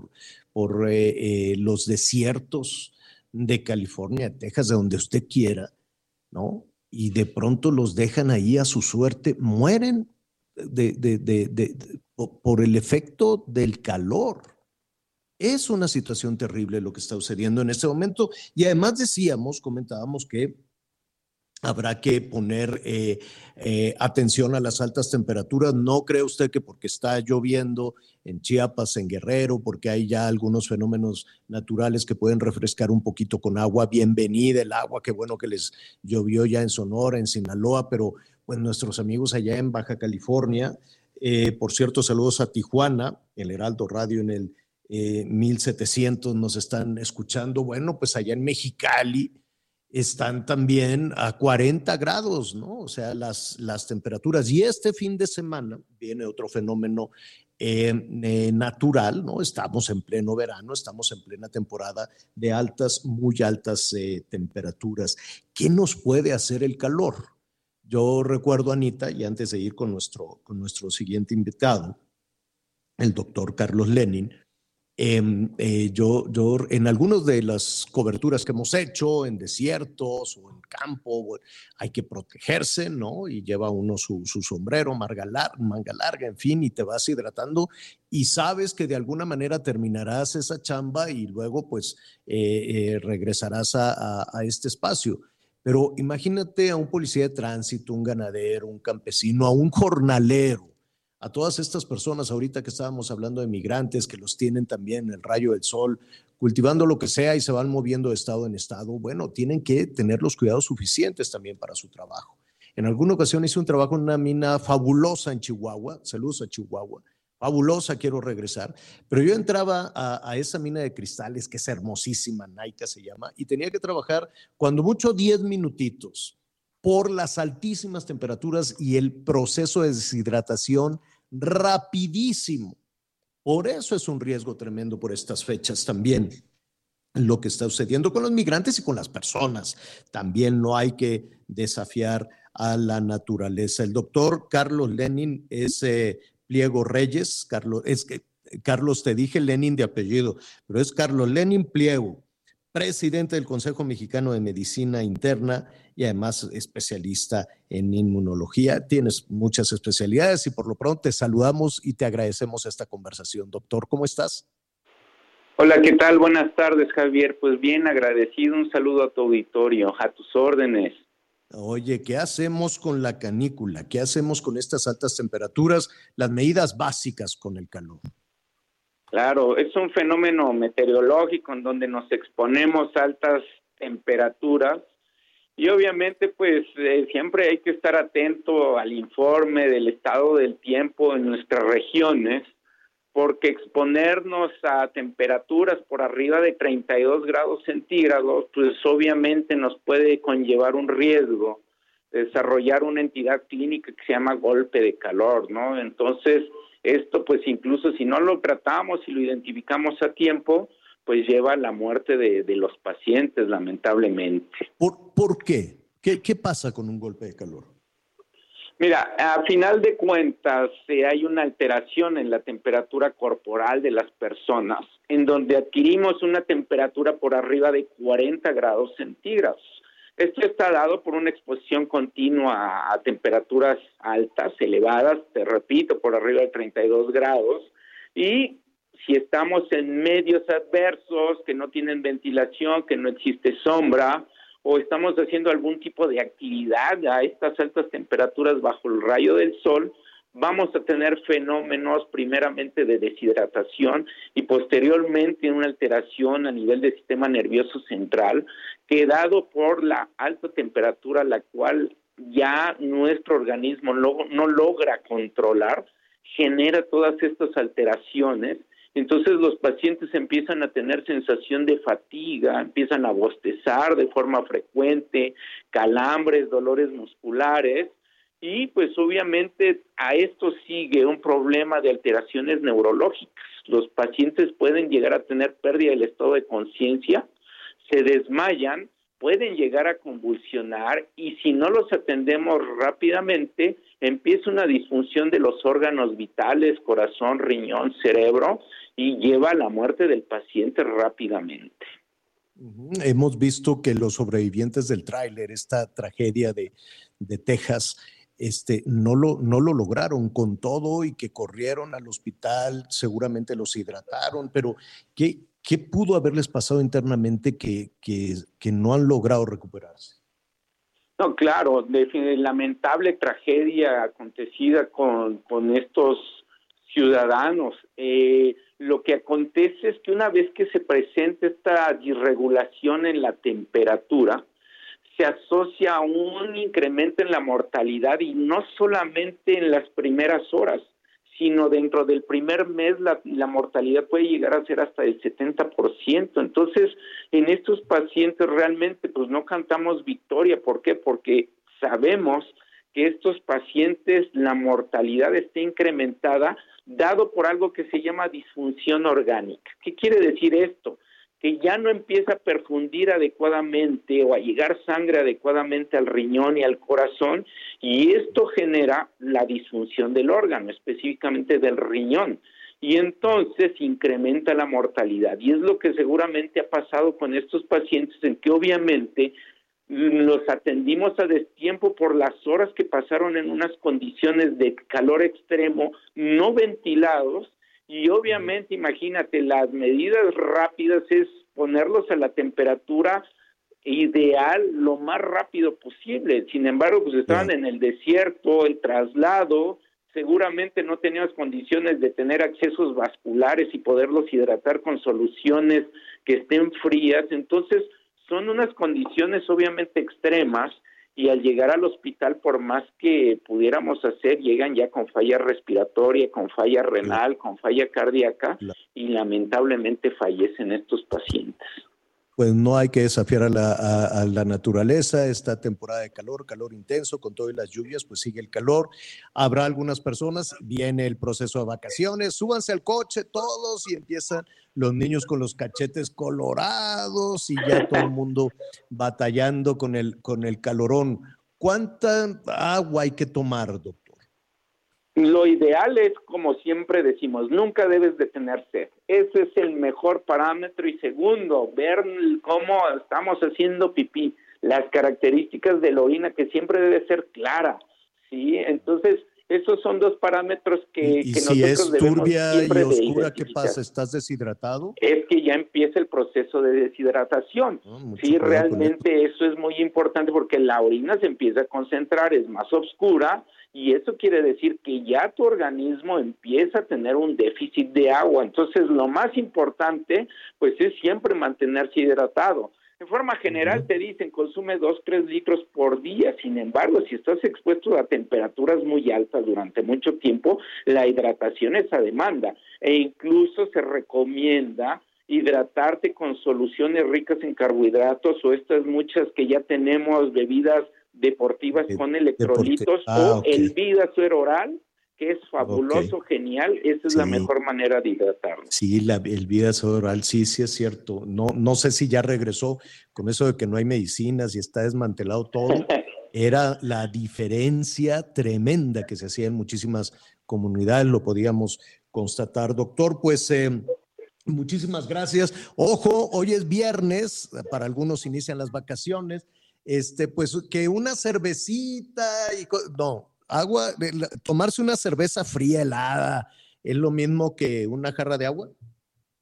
los desiertos de California, de Texas, de donde usted quiera, ¿no? Y de pronto los dejan ahí a su suerte, mueren por el efecto del calor. Es una situación terrible lo que está sucediendo en este momento. Y además comentábamos que habrá que poner atención a las altas temperaturas. ¿No cree usted que porque está lloviendo en Chiapas, en Guerrero, porque hay ya algunos fenómenos naturales que pueden refrescar un poquito con agua? Bienvenida el agua, qué bueno que les llovió ya en Sonora, en Sinaloa, pero pues nuestros amigos allá en Baja California, por cierto, saludos a Tijuana, el Heraldo Radio en el 1700 nos están escuchando. Bueno, pues allá en Mexicali están también a 40 grados, ¿no? O sea, las temperaturas. Y este fin de semana viene otro fenómeno natural, ¿no? Estamos en pleno verano, estamos en plena temporada de muy altas temperaturas. ¿Qué nos puede hacer el calor? Yo recuerdo, Anita, y antes de ir con nuestro siguiente invitado, el doctor Carlos Lenin, yo en algunas de las coberturas que hemos hecho en desiertos o en campo, hay que protegerse, ¿no? Y lleva uno su sombrero, manga larga, en fin, y te vas hidratando y sabes que de alguna manera terminarás esa chamba y luego pues regresarás a este espacio. Pero imagínate a un policía de tránsito, un ganadero, un campesino, a un jornalero, a todas estas personas ahorita que estábamos hablando de migrantes que los tienen también en el rayo del sol, cultivando lo que sea y se van moviendo de estado en estado. Bueno, tienen que tener los cuidados suficientes también para su trabajo. En alguna ocasión hice un trabajo en una mina fabulosa en Chihuahua, saludos a Chihuahua, fabulosa, quiero regresar, pero yo entraba a esa mina de cristales que es hermosísima, Naica se llama, y tenía que trabajar cuando mucho 10 minutitos por las altísimas temperaturas y el proceso de deshidratación rapidísimo. Por eso es un riesgo tremendo por estas fechas también. Lo que está sucediendo con los migrantes y con las personas. También no hay que desafiar a la naturaleza. El doctor Carlos Lenin es Pliego Reyes. Carlos, te dije Lenin de apellido, pero es Carlos Lenin Pliego, presidente del Consejo Mexicano de Medicina Interna y además especialista en inmunología. Tienes muchas especialidades y por lo pronto te saludamos y te agradecemos esta conversación. Doctor, ¿cómo estás? Hola, ¿qué tal? Buenas tardes, Javier. Pues bien, agradecido. Un saludo a tu auditorio, a tus órdenes. Oye, ¿qué hacemos con la canícula? ¿Qué hacemos con estas altas temperaturas? Las medidas básicas con el calor. Claro, es un fenómeno meteorológico en donde nos exponemos a altas temperaturas y obviamente pues siempre hay que estar atento al informe del estado del tiempo en nuestras regiones, porque exponernos a temperaturas por arriba de 32 grados centígrados pues obviamente nos puede conllevar un riesgo de desarrollar una entidad clínica que se llama golpe de calor, ¿no? Entonces esto pues incluso si no lo tratamos y lo identificamos a tiempo, pues lleva a la muerte de los pacientes, lamentablemente. ¿Por qué? ¿Qué pasa con un golpe de calor? Mira, a final de cuentas hay una alteración en la temperatura corporal de las personas, en donde adquirimos una temperatura por arriba de 40 grados centígrados. Esto está dado por una exposición continua a temperaturas altas, elevadas, te repito, por arriba de 32 grados, y si estamos en medios adversos, que no tienen ventilación, que no existe sombra, o estamos haciendo algún tipo de actividad a estas altas temperaturas bajo el rayo del sol, vamos a tener fenómenos primeramente de deshidratación y posteriormente una alteración a nivel del sistema nervioso central, que dado por la alta temperatura, la cual ya nuestro organismo no logra controlar, genera todas estas alteraciones. Entonces los pacientes empiezan a tener sensación de fatiga, empiezan a bostezar de forma frecuente, calambres, dolores musculares, y pues obviamente a esto sigue un problema de alteraciones neurológicas. Los pacientes pueden llegar a tener pérdida del estado de conciencia, se desmayan, pueden llegar a convulsionar, y si no los atendemos rápidamente, empieza una disfunción de los órganos vitales, corazón, riñón, cerebro, y lleva a la muerte del paciente rápidamente. Hemos visto que los sobrevivientes del tráiler, esta tragedia de Texas, no lo lograron con todo, y que corrieron al hospital, seguramente los hidrataron, pero ¿qué pudo haberles pasado internamente que no han logrado recuperarse? No, claro, lamentable tragedia acontecida con estos ciudadanos. Lo que acontece es que una vez que se presenta esta disregulación en la temperatura, se asocia a un incremento en la mortalidad, y no solamente en las primeras horas, sino dentro del primer mes la mortalidad puede llegar a ser hasta el 70%. Entonces, en estos pacientes realmente pues no cantamos victoria. ¿Por qué? Porque sabemos que estos pacientes la mortalidad está incrementada dado por algo que se llama disfunción orgánica. ¿Qué quiere decir esto? Que ya no empieza a perfundir adecuadamente o a llegar sangre adecuadamente al riñón y al corazón, y esto genera la disfunción del órgano, específicamente del riñón, y entonces incrementa la mortalidad. Y es lo que seguramente ha pasado con estos pacientes, en que obviamente los atendimos a destiempo por las horas que pasaron en unas condiciones de calor extremo, no ventilados. Y obviamente, imagínate, las medidas rápidas es ponerlos a la temperatura ideal lo más rápido posible. Sin embargo, pues estaban en el desierto, el traslado, seguramente no teníamos condiciones de tener accesos vasculares y poderlos hidratar con soluciones que estén frías. Entonces, son unas condiciones obviamente extremas, y al llegar al hospital, por más que pudiéramos hacer, llegan ya con falla respiratoria, con falla renal, con falla cardíaca, y lamentablemente fallecen estos pacientes. Pues no hay que desafiar a la naturaleza. Esta temporada de calor intenso, con todas las lluvias, pues sigue el calor. Habrá algunas personas, viene el proceso de vacaciones, súbanse al coche todos, y empiezan los niños con los cachetes colorados, y ya todo el mundo batallando con el calorón. ¿Cuánta agua hay que tomar, doctor? Lo ideal es, como siempre decimos, nunca debes de tener sed. Ese es el mejor parámetro. Y segundo, ver cómo estamos haciendo pipí, las características de la orina, que siempre debe ser clara, ¿sí? Entonces, esos son dos parámetros que si nosotros es debemos turbia siempre y de oscura, identificar. ¿qué pasa? ¿Estás deshidratado? Es que ya empieza el proceso de deshidratación. Sí, realmente eso es muy importante, porque la orina se empieza a concentrar, es más oscura, y eso quiere decir que ya tu organismo empieza a tener un déficit de agua. Entonces, lo más importante, pues, es siempre mantenerse hidratado. De forma general te dicen, consume 2-3 litros por día. Sin embargo, si estás expuesto a temperaturas muy altas durante mucho tiempo, la hidratación es a demanda, e incluso se recomienda hidratarte con soluciones ricas en carbohidratos, o estas muchas que ya tenemos, bebidas deportivas con electrolitos, el Vida Suero oral, que es fabuloso, genial. Esa es la mejor manera de hidratarlo. Sí, el Vida Suero oral, sí es cierto. No sé si ya regresó con eso de que no hay medicinas y está desmantelado todo. Era la diferencia tremenda que se hacía en muchísimas comunidades, lo podíamos constatar. Doctor, pues muchísimas gracias. Ojo, hoy es viernes, para algunos inician las vacaciones. Pues que una cervecita tomarse una cerveza fría helada, ¿es lo mismo que una jarra de agua?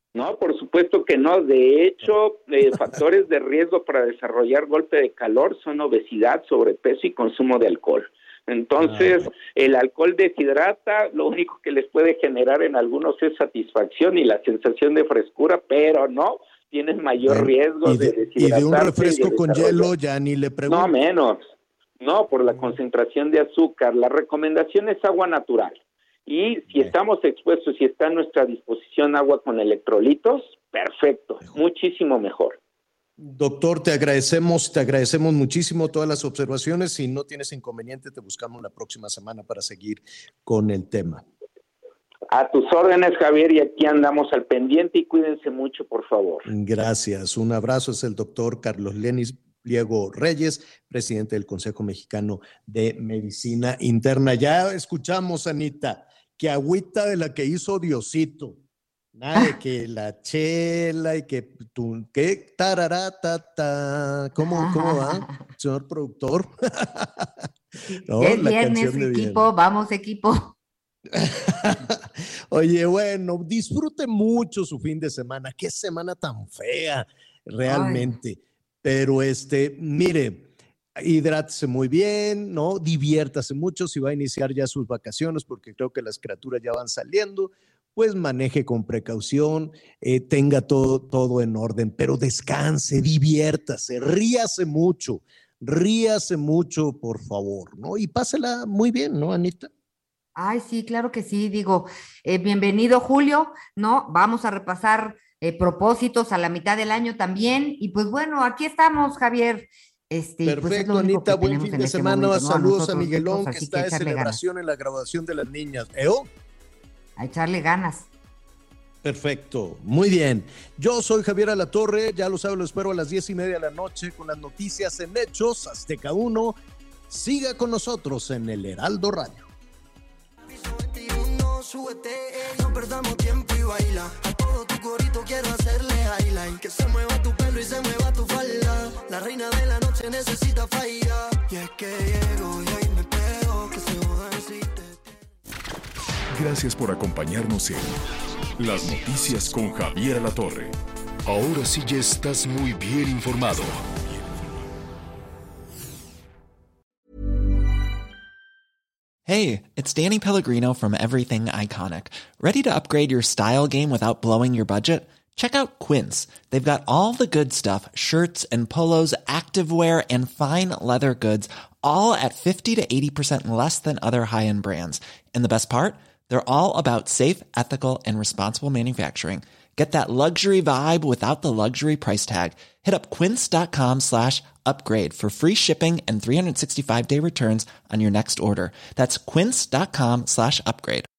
No, por supuesto que no. De hecho, factores de riesgo para desarrollar golpe de calor son obesidad, sobrepeso y consumo de alcohol. Entonces, el alcohol deshidrata, lo único que les puede generar en algunos es satisfacción y la sensación de frescura, pero no, tienen mayor riesgo de deshidratarse. Y de un refresco con hielo ya ni le pregunto. No, menos. No, por la concentración de azúcar. La recomendación es agua natural. Y si estamos expuestos, si está a nuestra disposición agua con electrolitos, perfecto, muchísimo mejor. Doctor, te agradecemos muchísimo todas las observaciones. Si no tienes inconveniente, te buscamos la próxima semana para seguir con el tema. A tus órdenes, Javier, y aquí andamos al pendiente y cuídense mucho, por favor. Gracias. Un abrazo. Es el doctor Carlos Lenis Pliego Reyes, presidente del Consejo Mexicano de Medicina Interna. Ya escuchamos, Anita, que agüita de la que hizo Diosito. Nada de que la chela y que tú, ¿qué? Tararata, ¿cómo va, señor productor? No, es viernes, equipo, vamos equipo. Oye, bueno, disfrute mucho su fin de semana. Qué semana tan fea, realmente. Ay. Pero mire, hidrátese muy bien, ¿no? Diviértase mucho si va a iniciar ya sus vacaciones, porque creo que las criaturas ya van saliendo. Pues maneje con precaución, tenga todo en orden, pero descanse, diviértase, ríase mucho, por favor, ¿no? Y pásela muy bien, ¿no, Anita? Ay, sí, claro que sí, digo, bienvenido Julio, ¿no? Vamos a repasar propósitos a la mitad del año también, y pues bueno, aquí estamos, Javier. Perfecto, pues Anita, buen fin de semana, momento, ¿no? Saludos a Miguelón, que está de celebración en la graduación de las niñas. A echarle ganas. Perfecto, muy bien. Yo soy Javier Alatorre, ya lo sabe, lo espero a las 10:30 de la noche con las noticias en Hechos Azteca 1. Siga con nosotros en el Heraldo Radio. No perdamos tiempo y baila. A todo tu corito quiero hacerle highlight. Que se mueva tu pelo y se mueva tu falda. La reina de la noche necesita falla. Y es que llego y ahí me pego. Que se jodancite. Gracias por acompañarnos en Las Noticias con Javier Alatorre. Ahora sí ya estás muy bien informado. Hey, it's Danny Pellegrino from Everything Iconic. Ready to upgrade your style game without blowing your budget? Check out Quince. They've got all the good stuff, shirts and polos, activewear, and fine leather goods, all at 50 to 80% less than other high-end brands. And the best part? They're all about safe, ethical, and responsible manufacturing. Get that luxury vibe without the luxury price tag. Hit up quince.com/upgrade for free shipping and 365-day returns on your next order. That's quince.com/upgrade.